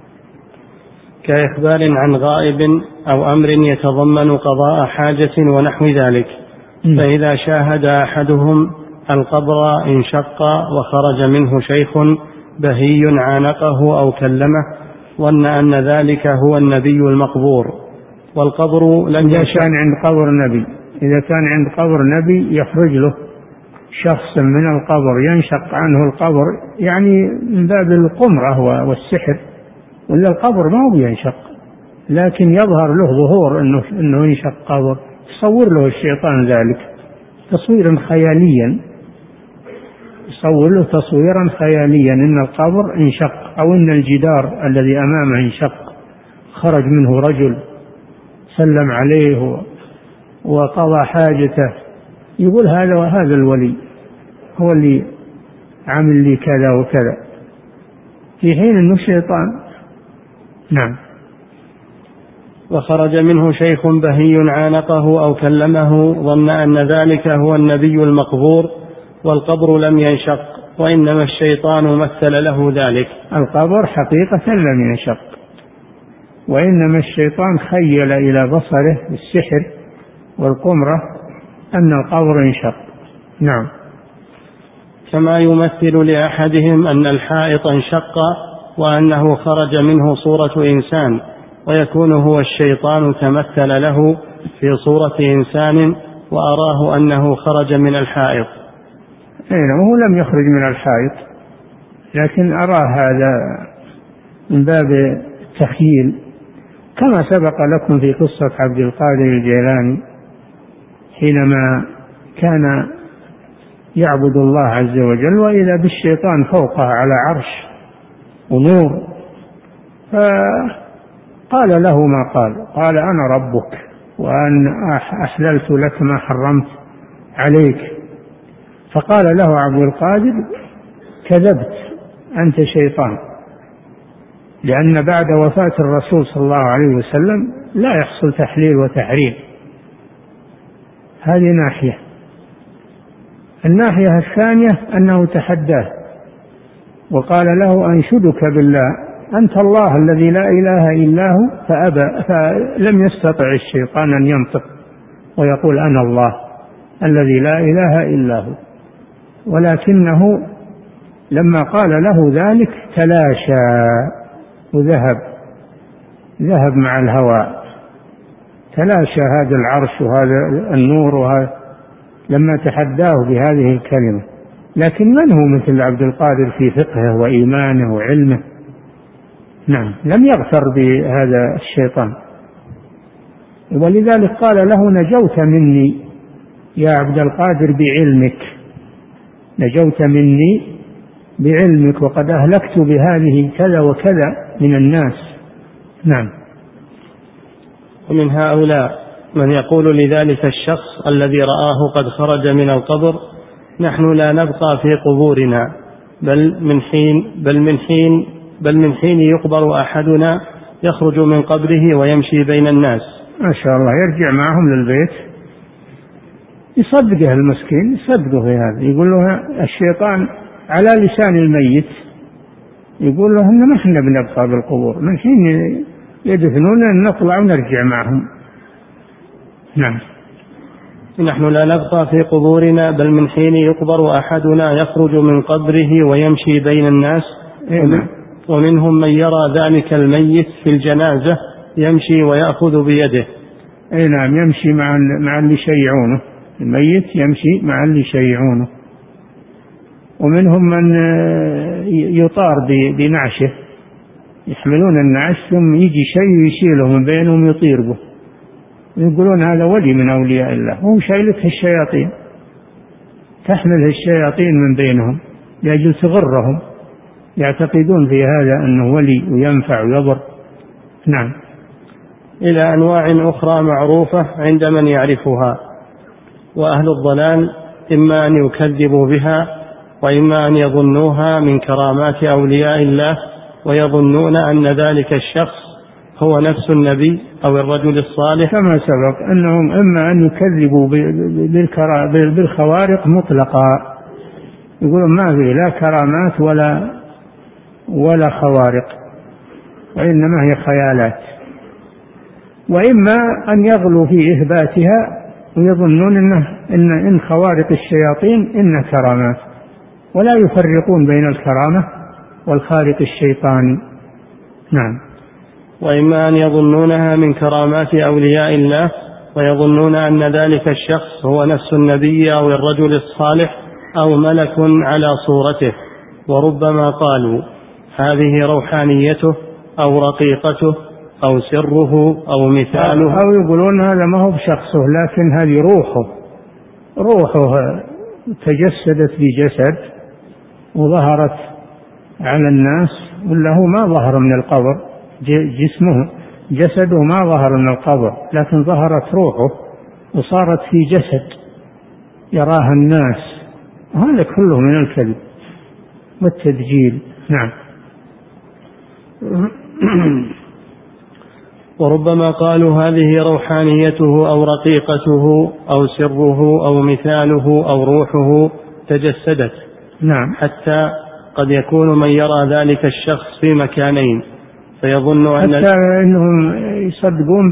كإخبار عن غائب أو أمر يتضمن قضاء حاجة ونحو ذلك، فإذا شاهد أحدهم القبر انشق وخرج منه شيخ بهي عانقه أو كلمه ظن أن ذلك هو النبي المقبور، والقبر لم إذا كان عند قبر نبي يخرج له شخص من القبر ينشق عنه القبر، يعني من باب القمرة والسحر، ولا القبر ما هو ينشق لكن يظهر له ظهور أنه ينشق قبر، يصور له الشيطان ذلك تصويرا خياليا، يصور له تصويرا خياليا أن القبر انشق أو أن الجدار الذي أمامه انشق، خرج منه رجل سلم عليه وقضى حاجته، يقول هذا الولي هو اللي عمل لي كذا وكذا، في حين أنه الشيطان. نعم. وخرج منه شيخ بهي عانقه أو كلمه ظن أن ذلك هو النبي المقبور، والقبر لم ينشق وإنما الشيطان مثل له ذلك. القبر حقيقة لم ينشق، وإنما الشيطان خيل إلى بصره بالسحر والقمرة أن القبر انشق. نعم. كما يمثل لأحدهم أن الحائط انشق وأنه خرج منه صورة إنسان، ويكون هو الشيطان تمثل له في صورة إنسان وأراه أنه خرج من الحائط. هو لم يخرج من الحائط، لكن أراه هذا من باب التخيل، كما سبق لكم في قصة عبد القادر الجيلاني حينما كان يعبد الله عز وجل وإذا بالشيطان فوقه على عرش ونور، فقال له ما قال أنا ربك وأن أحللت لك ما حرمت عليك، فقال له عبد القادر كذبت أنت شيطان، لأن بعد وفاة الرسول صلى الله عليه وسلم لا يحصل تحليل وتحريم، هذه ناحية. الناحية الثانية أنه تحداه وقال له أنشدك بالله أنت الله الذي لا إله إلا هو، فأبى، فلم يستطع الشيطان أن ينطق ويقول أنا الله الذي لا إله إلا هو، ولكنه لما قال له ذلك تلاشى ذهب مع الهواء، تلاشى هذا العرش وهذا النور وهذا لما تحداه بهذه الكلمة. لكن من هو مثل عبد القادر في فقهه وإيمانه وعلمه؟ نعم، لم يغفر بهذا الشيطان، ولذلك قال له نجوت مني يا عبد القادر بعلمك، نجوت مني بعلمك وقد أهلكت بهذه كذا وكذا من الناس. نعم. ومن هؤلاء من يقول لذلك الشخص الذي رآه قد خرج من القبر نحن لا نبقى في قبورنا بل من حين يقبر أحدنا يخرج من قبره ويمشي بين الناس. ما شاء الله، يرجع معهم للبيت يصدقه المسكين، يصدقه في هذا، يقول له الشيطان على لسان الميت يقول له إن نحن بنبقى بالقبور من حين يدفنون نطلع ونرجع معهم. نعم. نحن لا نبقى في قبورنا بل من حين يقبر أحدنا يخرج من قبره ويمشي بين الناس. ومنهم من يرى ذلك الميت في الجنازة يمشي ويأخذ بيده. نعم، يمشي مع اللي يشيعونه، الميت يمشي مع اللي يشيعونه. ومنهم من يطار بنعشه، يحملون النعش ثم يجي شيء ويشيله من بينهم يطير به، يقولون هذا ولي من أولياء الله، هو شايلته الشياطين، تحمله الشياطين من بينهم لأجل تغرهم، يعتقدون في هذا أنه ولي وينفع ويضر. نعم. إلى أنواع أخرى معروفة عند من يعرفها، وأهل الضلال إما أن يكذبوا بها وإما أن يظنوها من كرامات أولياء الله، ويظنون أن ذلك الشخص هو نفس النبي أو الرجل الصالح، كما سبق أنهم إما أن يكذبوا بالخوارق مطلقا، يقولون ما في لا كرامات ولا خوارق وإنما هي خيالات، وإما أن يغلوا في إثباتها ويظنون إن خوارق الشياطين إن كرامات، ولا يفرقون بين الكرامة والخارق الشيطاني. نعم. وإما أن يظنونها من كرامات أولياء الله ويظنون أن ذلك الشخص هو نفس النبي أو الرجل الصالح أو ملك على صورته، وربما قالوا هذه روحانيته أو رقيقته أو سره أو مثاله، أو يقولون هذا ما هو بشخصه لكن هذه روحه تجسدت بجسد وظهرت على الناس، ولا هو ما ظهر من القبر، جسده ما ظهر من القبر لكن ظهرت روحه وصارت في جسد يراها الناس، هذا كله من الكذب والتدجيل. نعم. وربما قالوا هذه روحانيته أو رقيقته أو سره أو مثاله أو روحه تجسدت. نعم. حتى قد يكون من يرى ذلك الشخص في مكانين فيظن حتى أنهم يصدقون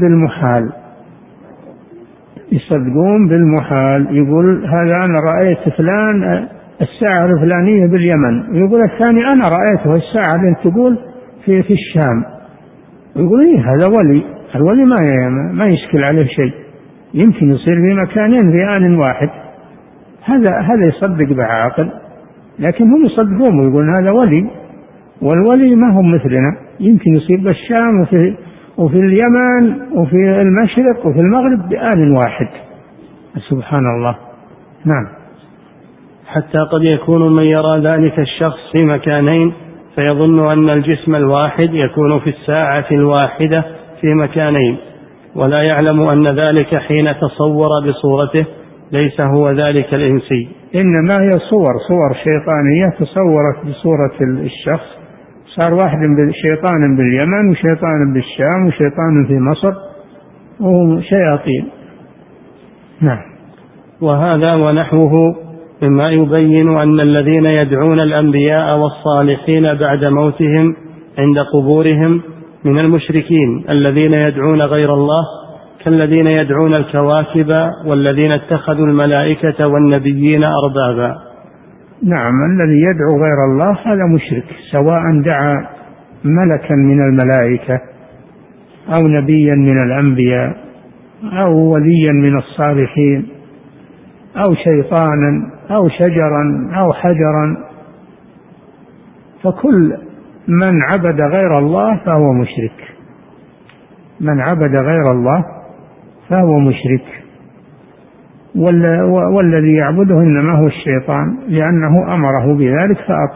بالمحال، يقول هذا أنا رأيت فلان الساعة الفلانية باليمن، يقول الثاني أنا رأيته الساعة اللي تقول في الشام، يقول إيه هذا ولي، الولي ما يشكل عليه شيء، يمكن يصير في مكانين في آن واحد، هذا يصدق بعقل، لكن هم يصدقون ويقولون هذا ولي، والولي ما هم مثلنا، يمكن يصير بالشام وفي اليمن وفي المشرق وفي المغرب بآن واحد. سبحان الله. نعم. حتى قد يكون من يرى ذلك الشخص في مكانين فيظن أن الجسم الواحد يكون في الساعة الواحدة في مكانين، ولا يعلم أن ذلك حين تصور بصورته ليس هو ذلك الإنسي، إنما هي صور شيطانية تصورت بصورة الشخص، صار واحد شيطان باليمن وشيطان بالشام وشيطان في مصر وهم شياطين. نعم. وهذا ونحوه مما يبين أن الذين يدعون الأنبياء والصالحين بعد موتهم عند قبورهم من المشركين الذين يدعون غير الله، كالذين يدعون الكواكب والذين اتخذوا الملائكة والنبيين أربابا. نعم، الذي يدعو غير الله هذا مشرك، سواء دعا ملكا من الملائكة أو نبيا من الأنبياء أو وليا من الصالحين أو شيطانا أو شجرا أو حجرا، فكل من عبد غير الله فهو مشرك. من عبد غير الله فهو مشرك، والذي يعبده إنما هو الشيطان، لأنه أمره بذلك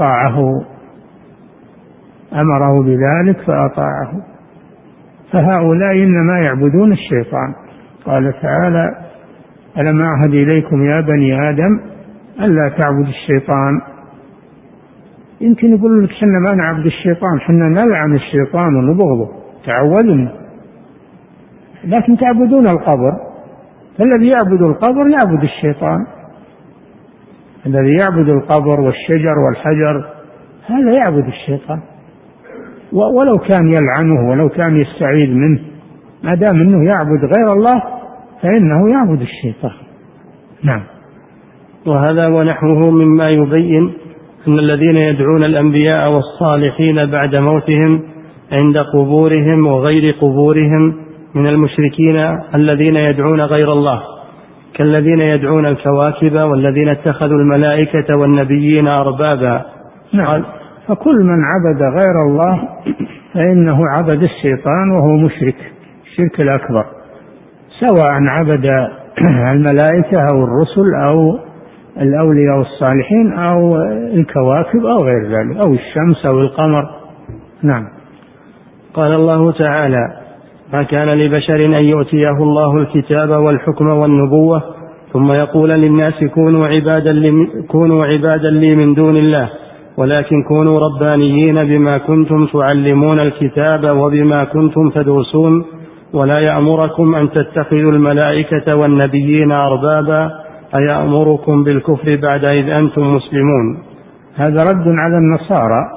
فأطاعه. فهؤلاء إنما يعبدون الشيطان. قال تعالى: ألم أعهد إليكم يا بني آدم ألا تعبدوا الشيطان. يمكن يقول لك حنا ما نعبد الشيطان، حنا نلعن الشيطان ونبغضه، تعودنا، لكن تعبدون القبر. فالذي يعبد القبر يعبد الشيطان، الذي يعبد القبر والشجر والحجر هذا يعبد الشيطان، ولو كان يلعنه ولو كان يستعيذ منه، ما دام انه يعبد غير الله فإنه يعبد الشيطان. نعم. وهذا ونحوه مما يبين أن الذين يدعون الأنبياء والصالحين بعد موتهم عند قبورهم وغير قبورهم من المشركين الذين يدعون غير الله، كالذين يدعون الكواكب والذين اتخذوا الملائكة والنبيين أربابا. نعم. فكل من عبد غير الله فإنه عبد الشيطان وهو مشرك، الشرك الأكبر، سواء عبد الملائكة أو الرسل أو الأولياء والصالحين أو الكواكب أو غير ذلك أو الشمس أو القمر. نعم. قال الله تعالى: ما كان لبشر أن يؤتيه الله الكتاب والحكم والنبوة ثم يقول للناس كونوا عبادا لي من دون الله، ولكن كونوا ربانيين بما كنتم تعلمون الكتاب وبما كنتم تدرسون، ولا يأمركم أن تتخذوا الملائكة والنبيين أربابا أيأمركم بالكفر بعد إذ أنتم مسلمون. هذا رد على النصارى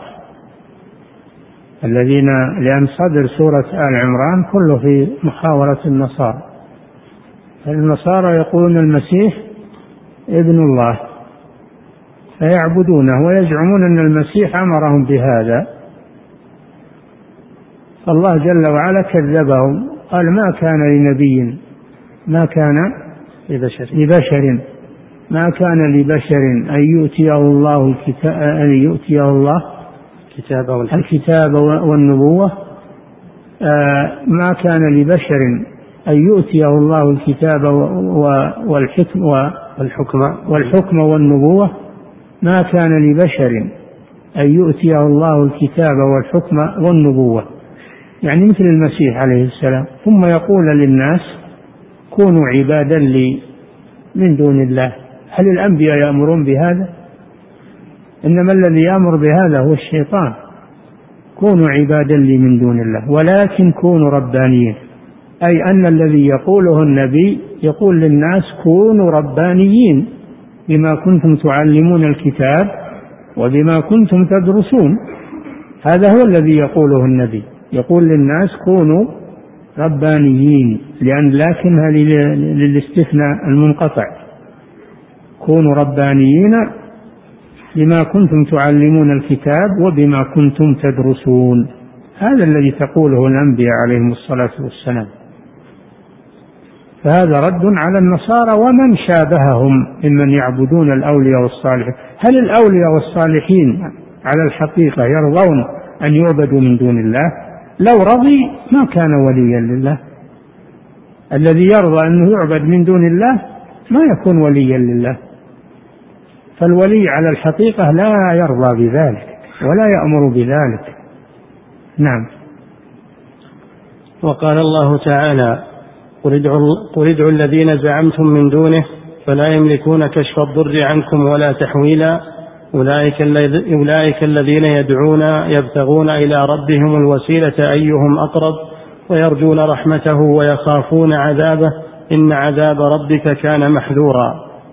الذين، لأن صدر سورة آل عمران كله في محاورة النصارى. النصارى يقولون المسيح ابن الله فيعبدونه ويزعمون أن المسيح أمرهم بهذا، فالله جل وعلا كذبهم، قال: ما كان لنبي، ما كان لبشر، ما كان لبشر أن يؤتيه الله الكتاب والنبوة، ما كان لبشر أن يؤتيه الله الكتاب والحكم والنبوة، ما كان لبشر أن يؤتيه الله الكتاب والحكم والنبوة، يعني مثل المسيح عليه السلام، ثم يقول للناس كونوا عبادا لي من دون الله. هل الأنبياء يأمرون بهذا؟ إنما الذي يأمر بهذا هو الشيطان. كونوا عبادا لي من دون الله ولكن كونوا ربانيين، أي أن الذي يقوله النبي يقول للناس كونوا ربانيين بما كنتم تعلمون الكتاب وبما كنتم تدرسون. هذا هو الذي يقوله النبي، يقول للناس كونوا ربانيين، لكنها للاستثناء المنقطع، كونوا ربانيين بما كنتم تعلمون الكتاب وبما كنتم تدرسون. هذا الذي تقوله الأنبياء عليهم الصلاة والسلام. فهذا رد على النصارى ومن شابههم ممن يعبدون الأولياء والصالحين. هل الأولياء والصالحين على الحقيقة يرضون أن يعبدوا من دون الله؟ لو رضي ما كان وليا لله. الذي يرضى أنه يعبد من دون الله ما يكون وليا لله. فالولي على الحقيقة لا يرضى بذلك ولا يأمر بذلك. نعم. وقال الله تعالى: قل ادعوا الذين زعمتم من دونه فلا يملكون كشف الضر عنكم ولا تحويلا أولئك الذين يدعون يبتغون إلى ربهم الوسيلة أيهم أقرب ويرجون رحمته ويخافون عذابه إن عذاب ربك كان محذورا.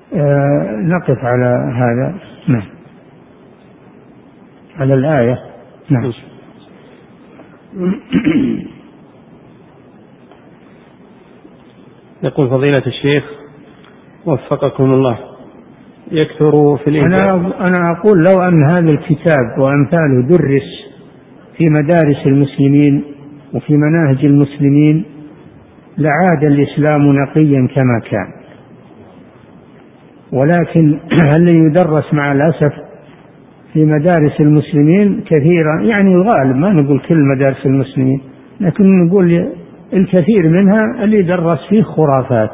نقف على هذا. نعم، على الآية. نعم. يقول فضيلة الشيخ وفقكم الله، يكثر في أنا أقول لو أن هذا الكتاب وأمثاله درس في مدارس المسلمين وفي مناهج المسلمين لعاد الإسلام نقيا كما كان، ولكن هل يدرس مع الأسف في مدارس المسلمين كثيرا، يعني الغالب، ما نقول كل مدارس المسلمين، لكن نقول الكثير منها اللي يدرس فيه خرافات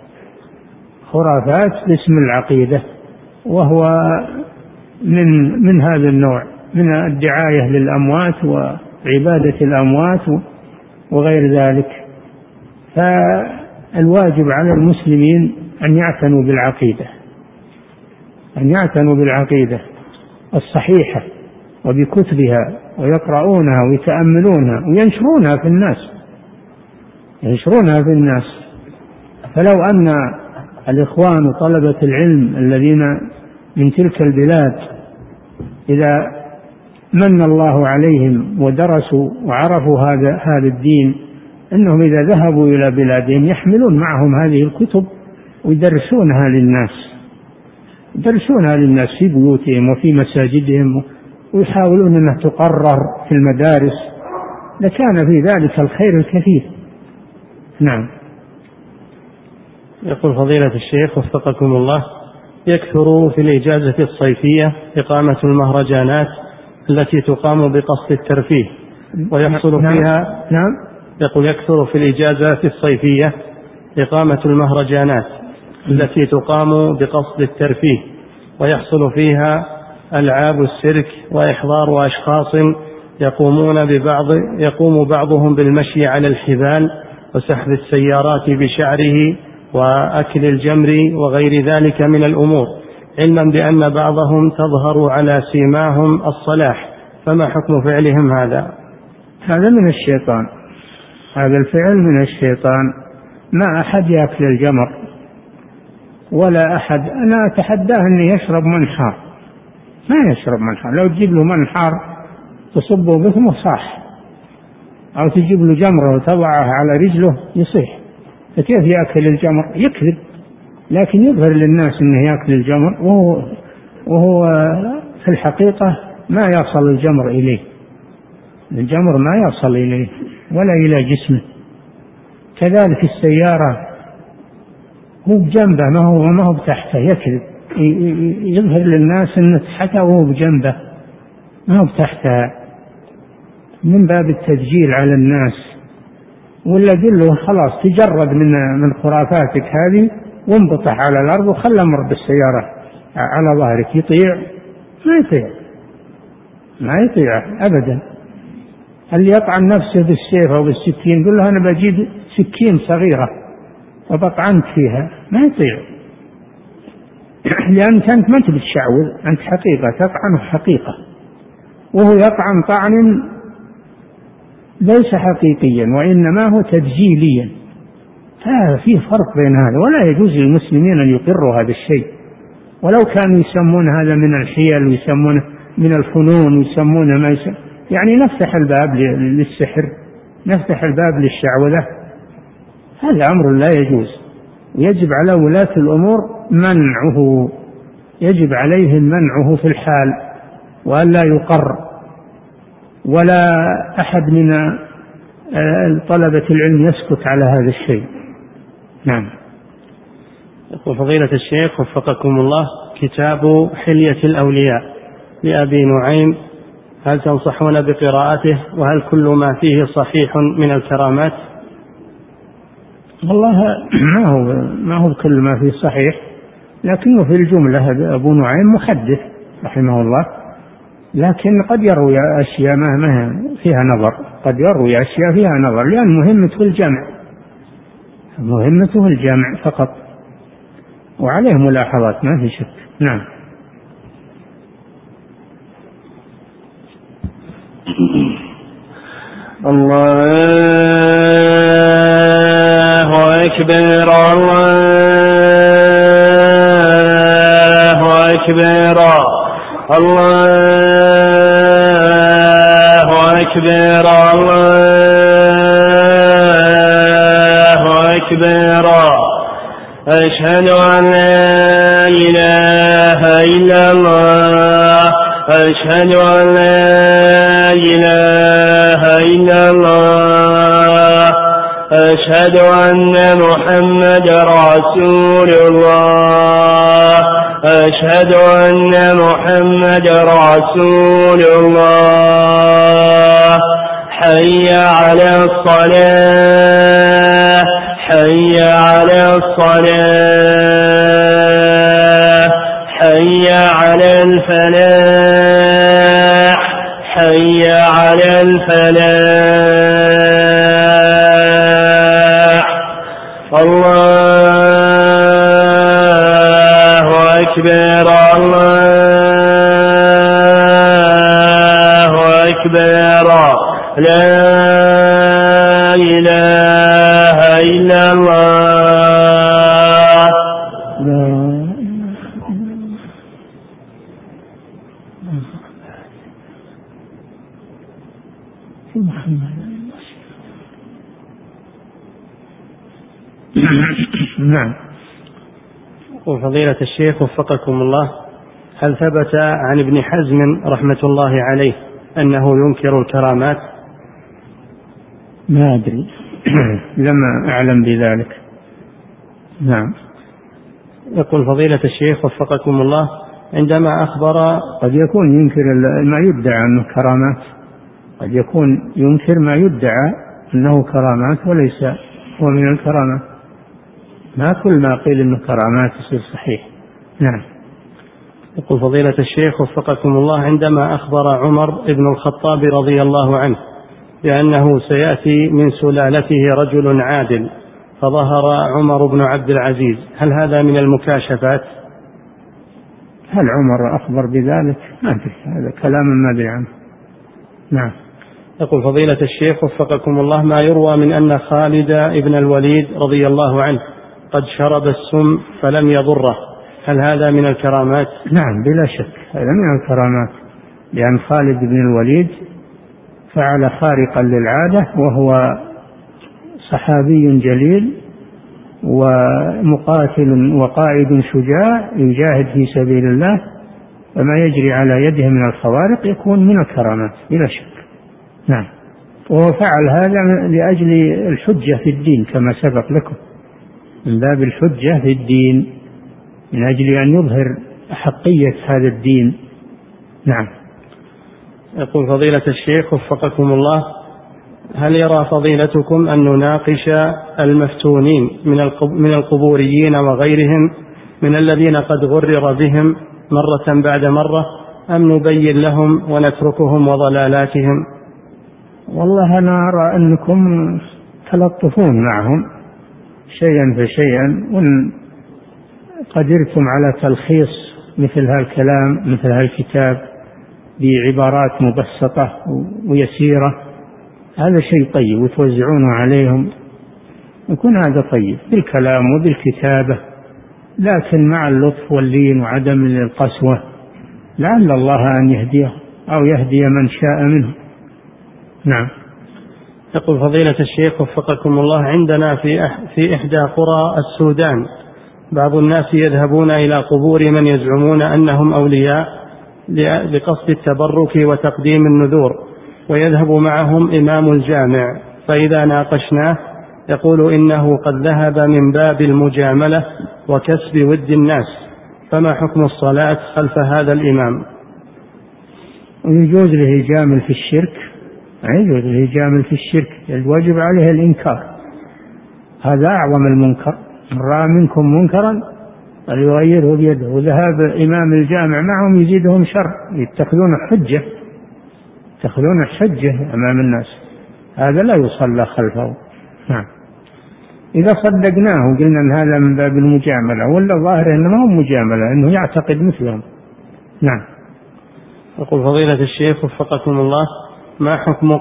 باسم العقيدة، وهو من هذا النوع، من الدعاية للأموات وعبادة الأموات وغير ذلك. فالواجب على المسلمين أن يعتنوا بالعقيدة الصحيحة وبكتبها، ويقرؤونها ويتأملونها وينشرونها في الناس. فلو أن الإخوان وطلبة العلم الذين من تلك البلاد إذا من الله عليهم ودرسوا وعرفوا هذا الدين، أنهم إذا ذهبوا إلى بلادهم يحملون معهم هذه الكتب ويدرسونها للناس في بيوتهم وفي مساجدهم، ويحاولون أنها تقرر في المدارس، لكان في ذلك الخير الكثير. نعم. يقول فضيلة الشيخ وفقكم الله، يكثر في الإجازة الصيفية إقامة المهرجانات التي تقام بقصد الترفيه ويحصل فيها. نعم. يقول يكثر في الإجازة الصيفية إقامة المهرجانات التي تقام بقصد الترفيه ويحصل فيها ألعاب السيرك وإحضار أشخاص يقوم بعضهم بالمشي على الحبال وسحب السيارات بشعره وأكل الجمر وغير ذلك من الأمور، علما بأن بعضهم تظهر على سيماهم الصلاح، فما حكم فعلهم هذا؟ هذا من الشيطان، هذا الفعل من الشيطان. ما أحد يأكل الجمر ولا أحد، أنا أتحداه أن يشرب منحار، ما يشرب منحار. لو تجيب له منحار تصبه بثمه صح، أو تجيب له جمرة وتضعها على رجله يصيح، فكيف يأكل الجمر؟ يكذب، لكن يظهر للناس أنه يأكل الجمر وهو في الحقيقة ما يصل الجمر إليه، الجمر ما يصل إليه ولا إلى جسمه. كذلك السيارة، هو بجنبه ما هو بتحته، يكذب، يظهر للناس أنه تحته وهو بجنبه ما هو بتحتها، من باب التسجيل على الناس. ولا قل له خلاص تجرد من خرافاتك هذه وانبطح على الأرض وخلى مر بالسيارة على ظهرك، يطيع؟ ما يطيع أبدا. اللي يطعن نفسه بالسيف أو بالسكين قل له أنا بجيب سكين صغيرة وبطعنت فيها، ما يطيع، لأنك أنت ما تبي تشعوذ، أنت حقيقة تطعن حقيقة، وهو يطعن طعن ليس حقيقيا وإنما هو تسجيليا. ففيه فرق بين هذا، ولا يجوز للمسلمين أن يقروا هذا الشيء، ولو كانوا يسمون هذا من الحيل ويسمونه من الفنون ويسمونه ما يعني نفتح الباب للسحر، نفتح الباب للشعوذة، هذا أمر لا يجوز. ويجب على ولاة الأمور منعه، يجب عليهم منعه في الحال، وأن لا يقر، ولا أحد من طلبة العلم يسكت على هذا الشيء. نعم. يقول فضيلة الشيخ وفقكم الله، كتاب حلية الأولياء لأبي نعيم، هل تنصحون بقراءته؟ وهل كل ما فيه صحيح من الكرامات؟ والله ما هو كل ما فيه صحيح، لكنه في الجملة أبو نعيم محدث رحمه الله، لكن قد يروي أشياء ما فيها نظر، قد يروي أشياء فيها نظر، لأن مهمته الجمع فقط، وعليه ملاحظات ما في شك. نعم. الله أكبر، الله أكبر الله أكبر الله أكبر أشهد أن لا إله إلا الله أشهد أن لا إله إلا الله أشهد أن محمد رسول الله أشهد أن محمد رسول الله حي على الصلاة حي على الصلاة حي على الفلاح حي على الفلاح الله أكبر الله أكبر لا إله إلا الله نعم. وفضيلة الشيخ وفقكم الله، هل ثبت عن ابن حزم رحمة الله عليه أنه ينكر الكرامات؟ ما أدري لم أعلم بذلك. نعم. يقول فضيلة الشيخ وفقكم الله، عندما أخبر قد يكون ينكر ما يدعى أنه كرامات، قد يكون ينكر ما يدعى أنه كرامات وليس هو من الكرامات، ما كل ما قيل أنه كرامات يصير صحيح. نعم. يقول فضيلة الشيخ وفقكم الله، عندما أخبر عمر بن الخطاب رضي الله عنه بأنه سيأتي من سلالته رجل عادل فظهر عمر بن عبد العزيز، هل هذا من المكاشفات؟ هل عمر أخبر بذلك؟ ما أدري، هذا كلام ما أدري عنه. نعم. يقول فضيلة الشيخ وفقكم الله، ما يروى من أن خالد بن الوليد رضي الله عنه قد شرب السم فلم يضره، هل هذا من الكرامات؟ نعم بلا شك هذا من الكرامات، لأن خالد بن الوليد فعل خارقا للعادة، وهو صحابي جليل ومقاتل وقائد شجاع يجاهد في سبيل الله، فما يجري على يده من الخوارق يكون من الكرامات بلا شك. نعم. وهو فعل هذا لأجل الحجة في الدين كما سبق لكم، من باب الحجة في الدين، من أجل أن يظهر أحقية هذا الدين. نعم. يقول فضيلة الشيخ وفقكم الله، هل يرى فضيلتكم أن نناقش المفتونين من القبوريين وغيرهم من الذين قد غرر بهم مرة بعد مرة، أم نبين لهم ونتركهم وضلالاتهم؟ والله أنا أرى أنكم تلطفون معهم شيئا فشيئا، وإن قدرتم على تلخيص مثل هالكلام مثل هالكتاب بعبارات مبسطة ويسيرة، هذا شيء طيب، وتوزعونه عليهم يكون هذا طيب بالكلام وبالكتابة، لكن مع اللطف واللين وعدم القسوة، لعل الله أن يهديه أو يهدي من شاء منه. نعم. يقول فضيلة الشيخ وفقكم الله، عندنا في إحدى قرى السودان بعض الناس يذهبون إلى قبور من يزعمون أنهم أولياء لقصد التبرك وتقديم النذور، ويذهب معهم إمام الجامع، فإذا ناقشناه يقول إنه قد ذهب من باب المجاملة وكسب ود الناس، فما حكم الصلاة خلف هذا الإمام؟ يجوز له يجامل في الشرك، يجوز له يجامل في الشرك، الواجب عليه الإنكار، هذا أعظم المنكر، من رأى منكم منكرا فليغيره بيده، وذهاب إمام الجامع معهم يزيدهم شر، يتخذون حجة أمام الناس، هذا لا يصلى خلفه. نعم. إذا صدقناه وقلنا أن هذا من باب المجاملة، ولا ظاهر إنه ما هو مجاملة، إنه يعتقد مثلهم. نعم. يقول فضيلة الشيخ وفقكم الله، ما حكم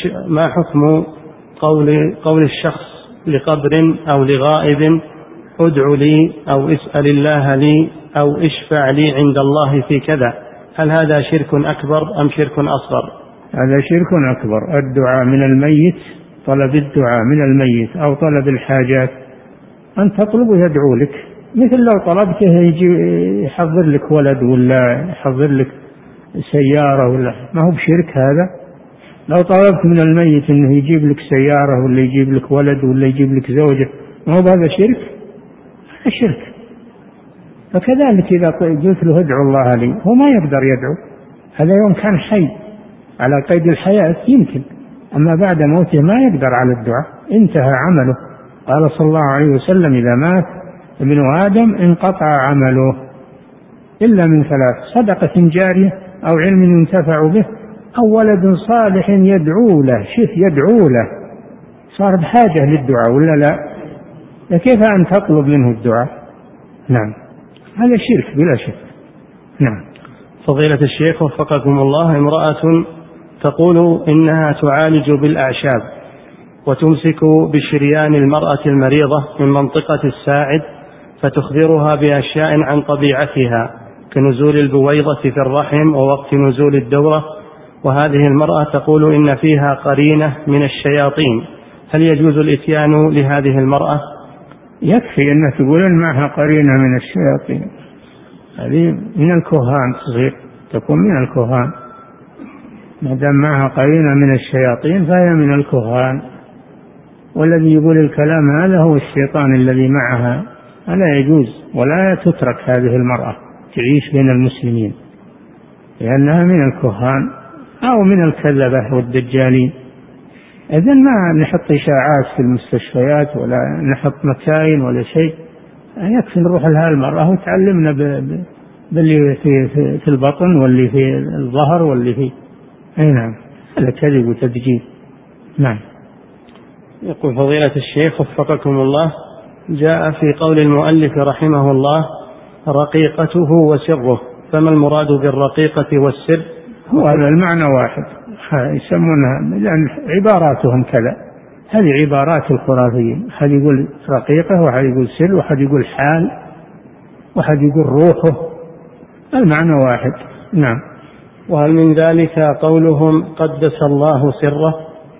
قول الشخص لقبر أو لغائب ادع لي أو اسأل الله لي أو اشفع لي عند الله في كذا، هل هذا شرك أكبر أم شرك أصغر؟ هذا شرك أكبر. الدعاء من الميت، طلب الدعاء من الميت أو طلب الحاجات، أن تطلب يدعو لك، مثل لو طلبته يجي يحضر لك ولد ولا يحضر لك سيارة، ولا ما هو بشرك هذا؟ لو طلبت من الميت أنه يجيب لك سيارة ولا يجيب لك ولد ولا يجيب لك زوجة، ما هو هذا شرك؟ هذا شرك. فكذلك إذا قلت له ادعو الله لي، هو ما يقدر يدعو، هذا يوم كان حي على قيد الحياة يمكن، أما بعد موته ما يقدر على الدعاء، انتهى عمله. قال صلى الله عليه وسلم إذا مات ابن آدم انقطع عمله إلا من ثلاث: صدقة جارية أو علم ينتفع به أو ولد صالح يدعو له. شوف، يدعو له، صار بحاجة للدعاء ولا لا؟ فكيف أن تطلب منه الدعاء؟ نعم، هذا شرك بلا شك. نعم. فضيلة الشيخ وفقكم الله، امرأة تقول إنها تعالج بالأعشاب وتمسك بشريان المرأة المريضة من منطقة الساعد، فتخبرها بأشياء عن طبيعتها كنزول البويضة في الرحم ووقت نزول الدورة، وهذه المرأة تقول إن فيها قرينة من الشياطين، هل يجوز الإتيان لهذه المرأة؟ يكفي أن تقول إن معها قرينة من الشياطين، هذه من الكهان تصير، تكون من الكهان، ما دام معها قرينة من الشياطين فهي من الكهان، والذي يقول الكلام هذا هو الشيطان الذي معها. ألا يجوز، ولا تترك هذه المرأة تعيش بين المسلمين، لأنها من الكهان أو من الكذبة والدجالين. إذن ما نحط إشاعات في المستشفيات ولا نحط مكاين ولا شيء، يكفي نروح لها المرأة وتعلمنا باللي في البطن واللي في الظهر واللي في نعم، هذا كذب وتدجيل. نعم. يقول فضيلة الشيخ وفقكم الله، جاء في قول المؤلف رحمه الله رقيقته وسره، فما المراد بالرقيقة والسر؟ هو هذا المعنى واحد، يسمونها لأن عباراتهم كذا، هذه عبارات الخرافيين، أحد يقول رقيقة وأحد يقول سر وأحد يقول حال وأحد يقول روحه، المعنى واحد. نعم. وهل من ذلك قولهم قدس الله سره؟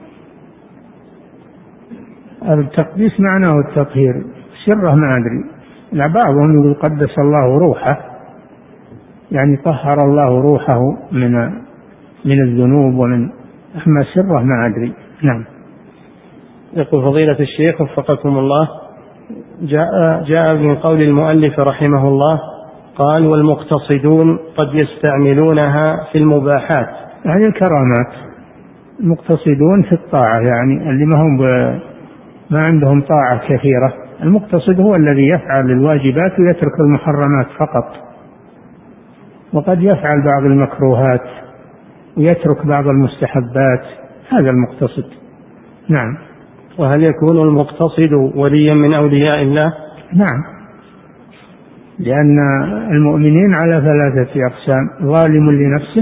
التقديس معناه التطهير، سره ما أدري، لا بعضهم يقول قدس الله روحه، يعني طهر الله روحه من الذنوب ومن، أما سره ما أدري. نعم. يقول فضيلة الشيخ وفقكم الله، جاء من قول المؤلف رحمه الله قال والمقتصدون قد يستعملونها في المباحات، يعني الكرامات، المقتصدون في الطاعة، يعني اللي ما عندهم طاعة كثيرة. المقتصد هو الذي يفعل الواجبات ويترك المحرمات فقط، وقد يفعل بعض المكروهات ويترك بعض المستحبات، هذا المقتصد. نعم. وهل يكون المقتصد وليا من أولياء الله؟ نعم، لأن المؤمنين على ثلاثة أقسام: ظالم لنفسه،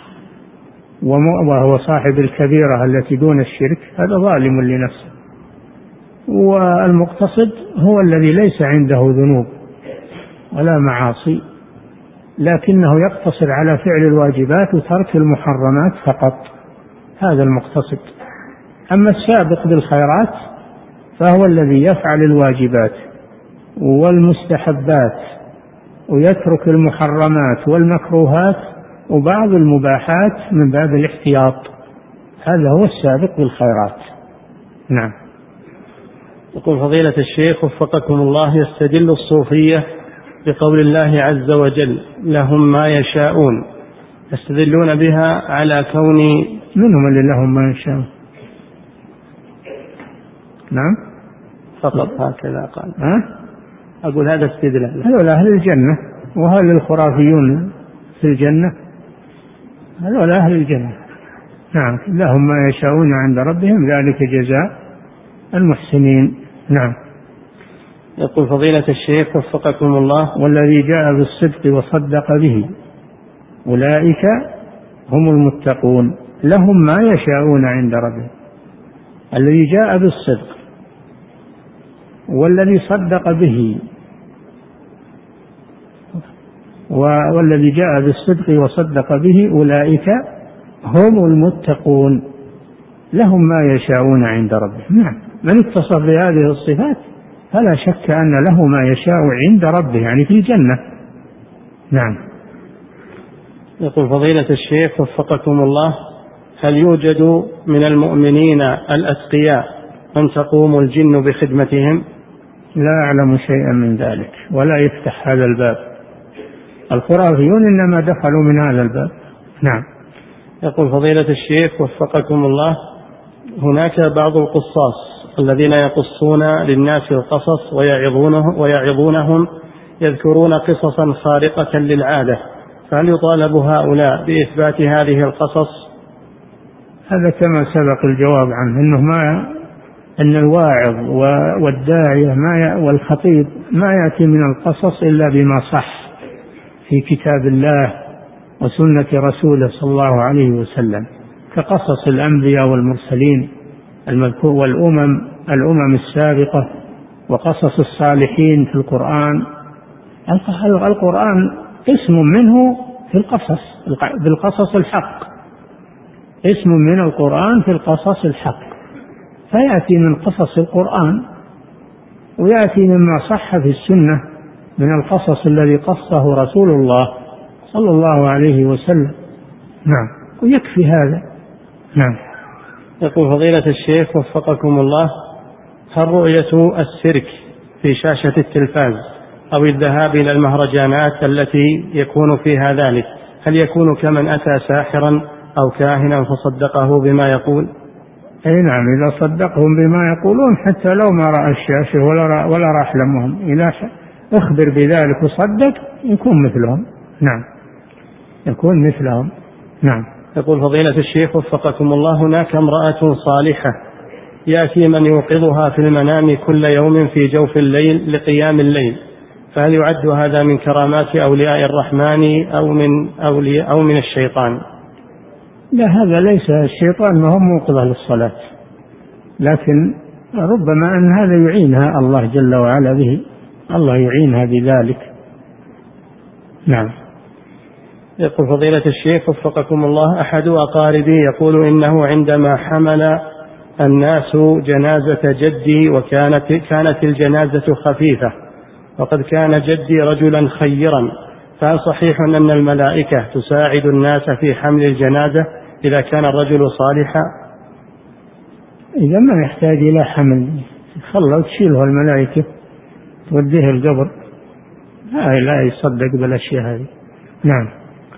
وهو صاحب الكبيرة التي دون الشرك، هذا ظالم لنفسه، والمقتصد هو الذي ليس عنده ذنوب ولا معاصي، لكنه يقتصر على فعل الواجبات وترك المحرمات فقط، هذا المقتصد. أما السابق بالخيرات فهو الذي يفعل الواجبات والمستحبات ويترك المحرمات والمكروهات وبعض المباحات من باب الاحتياط، هذا هو السابق بالخيرات. نعم. يقول فضيلة الشيخ وفقكم الله، يستدل الصوفية بقول الله عز وجل لهم ما يشاءون، يستدلون بها على كون منهم اللي لهم ما يشاءون. نعم، فقط هكذا قال. أقول هذا استدلال. هذول أهل الجنة، وهل الخرافيون في الجنة؟ هذول أهل الجنة. نعم، لهم ما يشاءون عند ربهم، ذلك جزاء المحسنين. نعم. يقول فضيلة الشيخ وفقكم الله، والذي جاء بالصدق وصدق به أولئك هم المتقون، لهم ما يشاءون عند ربهم. الذي جاء بالصدق والذي صدق به والذي جاء بالصدق وصدق به أولئك هم المتقون لهم ما يشاءون عند ربهم. نعم، من اتصف بهذه الصفات فلا شك أن له ما يشاء عند ربه، يعني في الجنة. نعم. يقول فضيلة الشيخ وفقكم الله: هل يوجد من المؤمنين الأتقياء من تقوم الجن بخدمتهم؟ لا أعلم شيئا من ذلك، ولا يفتح هذا الباب. الخرافيون إنما دخلوا من هذا الباب. نعم. يقول فضيلة الشيخ وفقكم الله: هناك بعض القصاص الذين يقصون للناس القصص ويعظونهم يذكرون قصصا خارقة للعادة، فهل يطالب هؤلاء بإثبات هذه القصص؟ هذا كما سبق الجواب عنه، أن الواعظ والداعية والخطيب ما يأتي من القصص إلا بما صح في كتاب الله وسنة رسوله صلى الله عليه وسلم، كقصص الأنبياء والمرسلين المذكور والأمم السابقة وقصص الصالحين في القرآن. القرآن اسم منه في القصص الحق، اسم من القرآن في القصص الحق، فيأتي من قصص القرآن ويأتي مما صح في السنة من القصص الذي قصه رسول الله صلى الله عليه وسلم. نعم، ويكفي هذا. نعم. يقول فضيلة الشيخ وفقكم الله: هل رؤية السيرك في شاشة التلفاز أو الذهاب إلى المهرجانات التي يكون فيها ذلك، هل يكون كمن أتى ساحرا أو كاهنا فصدقه بما يقول؟ أي نعم، إذا صدقهم بما يقولون حتى لو ما رأى الشاشة ولا رأى أحلامهم، إذا أخبر بذلك وصدق يكون مثلهم. نعم، يكون مثلهم. نعم. يقول فضيلة الشيخ وفقكم الله: هناك امرأة صالحة يأتي من يوقظها في المنام كل يوم في جوف الليل لقيام الليل، فهل يعد هذا من كرامات أولياء الرحمن أو من الشيطان؟ لا، هذا ليس الشيطان، ما هو موقظة للصلاة، لكن ربما أن هذا يعينها الله جل وعلا به، الله يعينها بذلك. نعم. يقول فضيلة الشيخ وفقكم الله: أحد أقاربي يقول إنه عندما حمل الناس جنازة جدي كانت الجنازة خفيفة، وقد كان جدي رجلا خيرا، فهل صحيح أن الملائكة تساعد الناس في حمل الجنازة إذا كان الرجل صالحا؟ إذا ما يحتاج إلى حمل خلوا تشيله الملائكة توديه القبر، لا يصدق بالأشياء هذه. نعم.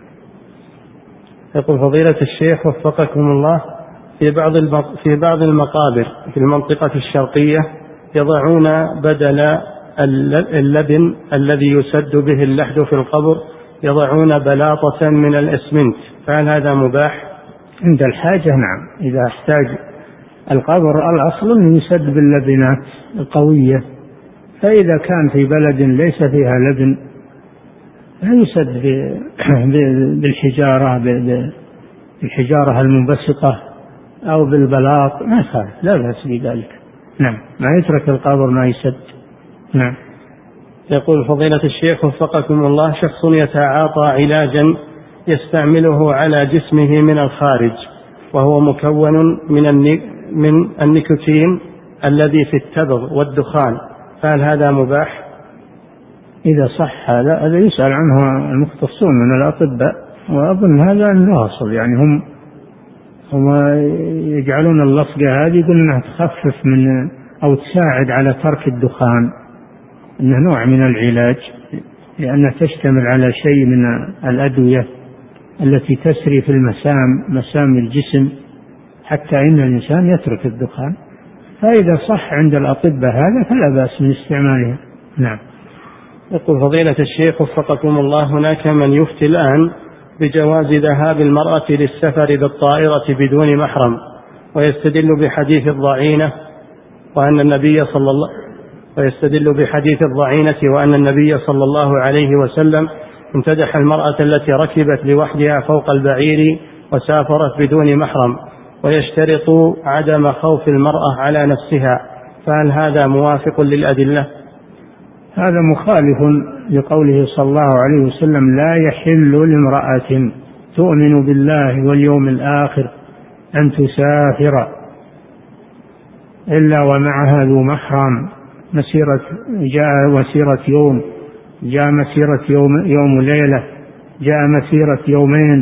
يقول فضيلة الشيخ وفقكم الله: في بعض المقابر في المنطقة الشرقية يضعون بدل اللبن الذي يسد به اللحد في القبر يضعون بلاطة من الإسمنت، فهل هذا مباح؟ عند الحاجة نعم، إذا احتاج القبر الأصل أنه يسد باللبنات القوية، فإذا كان في بلد ليس فيها لبن لا يسد بالحجارة المنبسطة أو بالبلاط، ما صار لا بأس بذلك. نعم، ما يترك القبر ما يسد. نعم. يقول فضيلة الشيخ وفقكم الله: شخص يتعاطى علاجا يستعمله على جسمه من الخارج وهو مكون من النيكوتين الذي في التبغ والدخان، فهل هذا مباح؟ إذا صح هذا يسأل عنه المختصون من الأطباء، وأظن هذا الأصل، يعني هم يجعلون اللصقة هذه يقولون أنها تخفف من أو تساعد على ترك الدخان، أنه نوع من العلاج، لأنها تشتمل على شيء من الأدوية التي تسري في مسام الجسم حتى إن الإنسان يترك الدخان، فإذا صح عند الأطباء هذا فلا بأس من استعمالها. نعم. يقول فضيلة الشيخ وفقكم الله: هناك من يفتي الآن بجواز ذهاب المرأة للسفر بالطائرة بدون محرم، ويستدل بحديث الضعينة وأن النبي صلى الله عليه وسلم امتدح المرأة التي ركبت لوحدها فوق البعير وسافرت بدون محرم، ويشترط عدم خوف المرأة على نفسها، فهل هذا موافق للأدلة؟ هذا مخالف لقوله صلى الله عليه وسلم: لا يحل لامرأة تؤمن بالله واليوم الآخر أن تسافر إلا ومعها ذو محرم، جاء مسيرة يوم، جاء مسيرة يوم ليلة، جاء مسيرة يومين.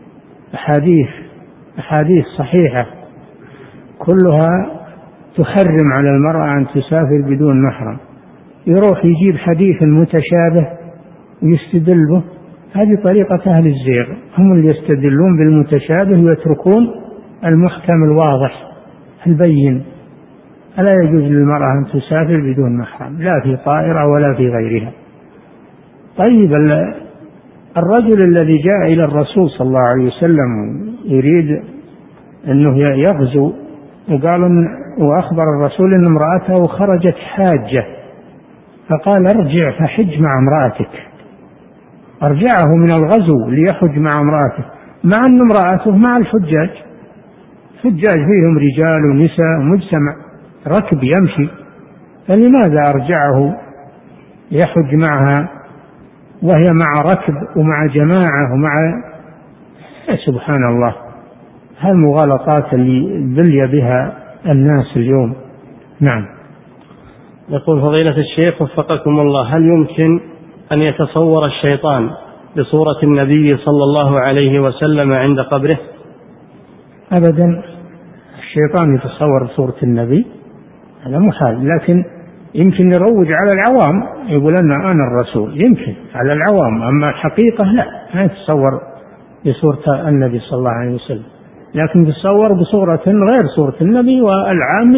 أحاديث صحيحة كلها تحرم على المرأة أن تسافر بدون محرم. يروح يجيب حديث متشابه ويستدل به. هذه طريقة أهل الزيغ، هم اللي يستدلون بالمتشابه ويتركون المحكم الواضح البين. ألا يجوز للمرأة أن تسافر بدون محرم، لا في طائرة ولا في غيرها. طيب، الرجل الذي جاء إلى الرسول صلى الله عليه وسلم يريد أنه يغزو، وأخبر الرسول أن امرأته خرجت حاجة، فقال: ارجع فحج مع امرأتك. أرجعه من الغزو ليحج مع امرأته، مع أن امرأته مع الحجاج فيهم رجال ونساء مجتمع ركب يمشي، فلماذا أرجعه يحج معها وهي مع ركب ومع جماعة سبحان الله. هالمغالطات اللي بلي بها الناس اليوم. نعم. يقول فضيلة الشيخ وفقكم الله: هل يمكن أن يتصور الشيطان بصورة النبي صلى الله عليه وسلم عند قبره؟ أبدا، الشيطان يتصور بصورة النبي هذا محال، لكن يمكن يروج على العوام، يقول أنا الرسول، يمكن على العوام، أما الحقيقة لا، ما يتصور بصورة النبي صلى الله عليه وسلم، لكن يتصور بصورة غير صورة النبي، والعام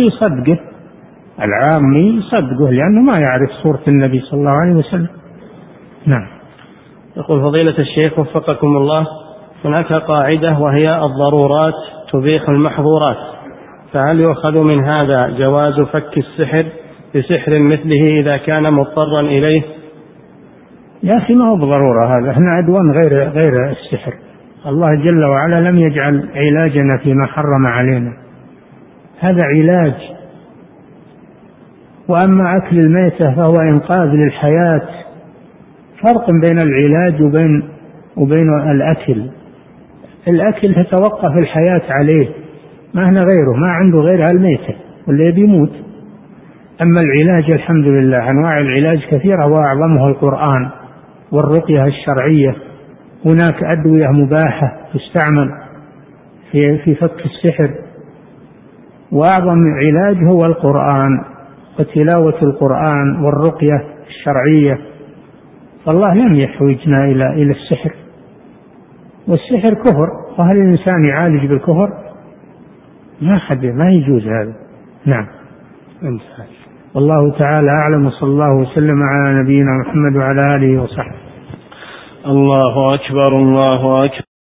يصدقه لأنه ما يعرف صورة النبي صلى الله عليه وسلم. نعم. يقول فضيلة الشيخ وفقكم الله: هناك قاعدة وهي الضرورات تبيح المحظورات، فهل يؤخذ من هذا جواز فك السحر بسحر مثله إذا كان مضطرا إليه؟ يا أخي، ما هو بضرورة هذا، احنا عدوان غير السحر. الله جل وعلا لم يجعل علاجنا فيما حرم علينا، هذا علاج. وأما أكل الميتة فهو إنقاذ للحياة. فرق بين العلاج وبين الأكل تتوقف الحياة عليه، ما هنا غيره، ما عنده غير الميتة واللي بيموت. أما العلاج الحمد لله أنواع العلاج كثيرة، وأعظمها القرآن والرقية الشرعية. هناك أدوية مباحة تستعمل في فك السحر، وأعظم العلاج هو القرآن وتلاوة القرآن والرقية الشرعية. فالله لم يحوجنا إلى السحر، والسحر كفر، وهل الإنسان يعالج بالكفر؟ ما يجوز هذا. نعم. والله تعالى أعلم، وصلى الله وسلم على نبينا محمد وعلى آله وصحبه. الله أكبر، الله أكبر.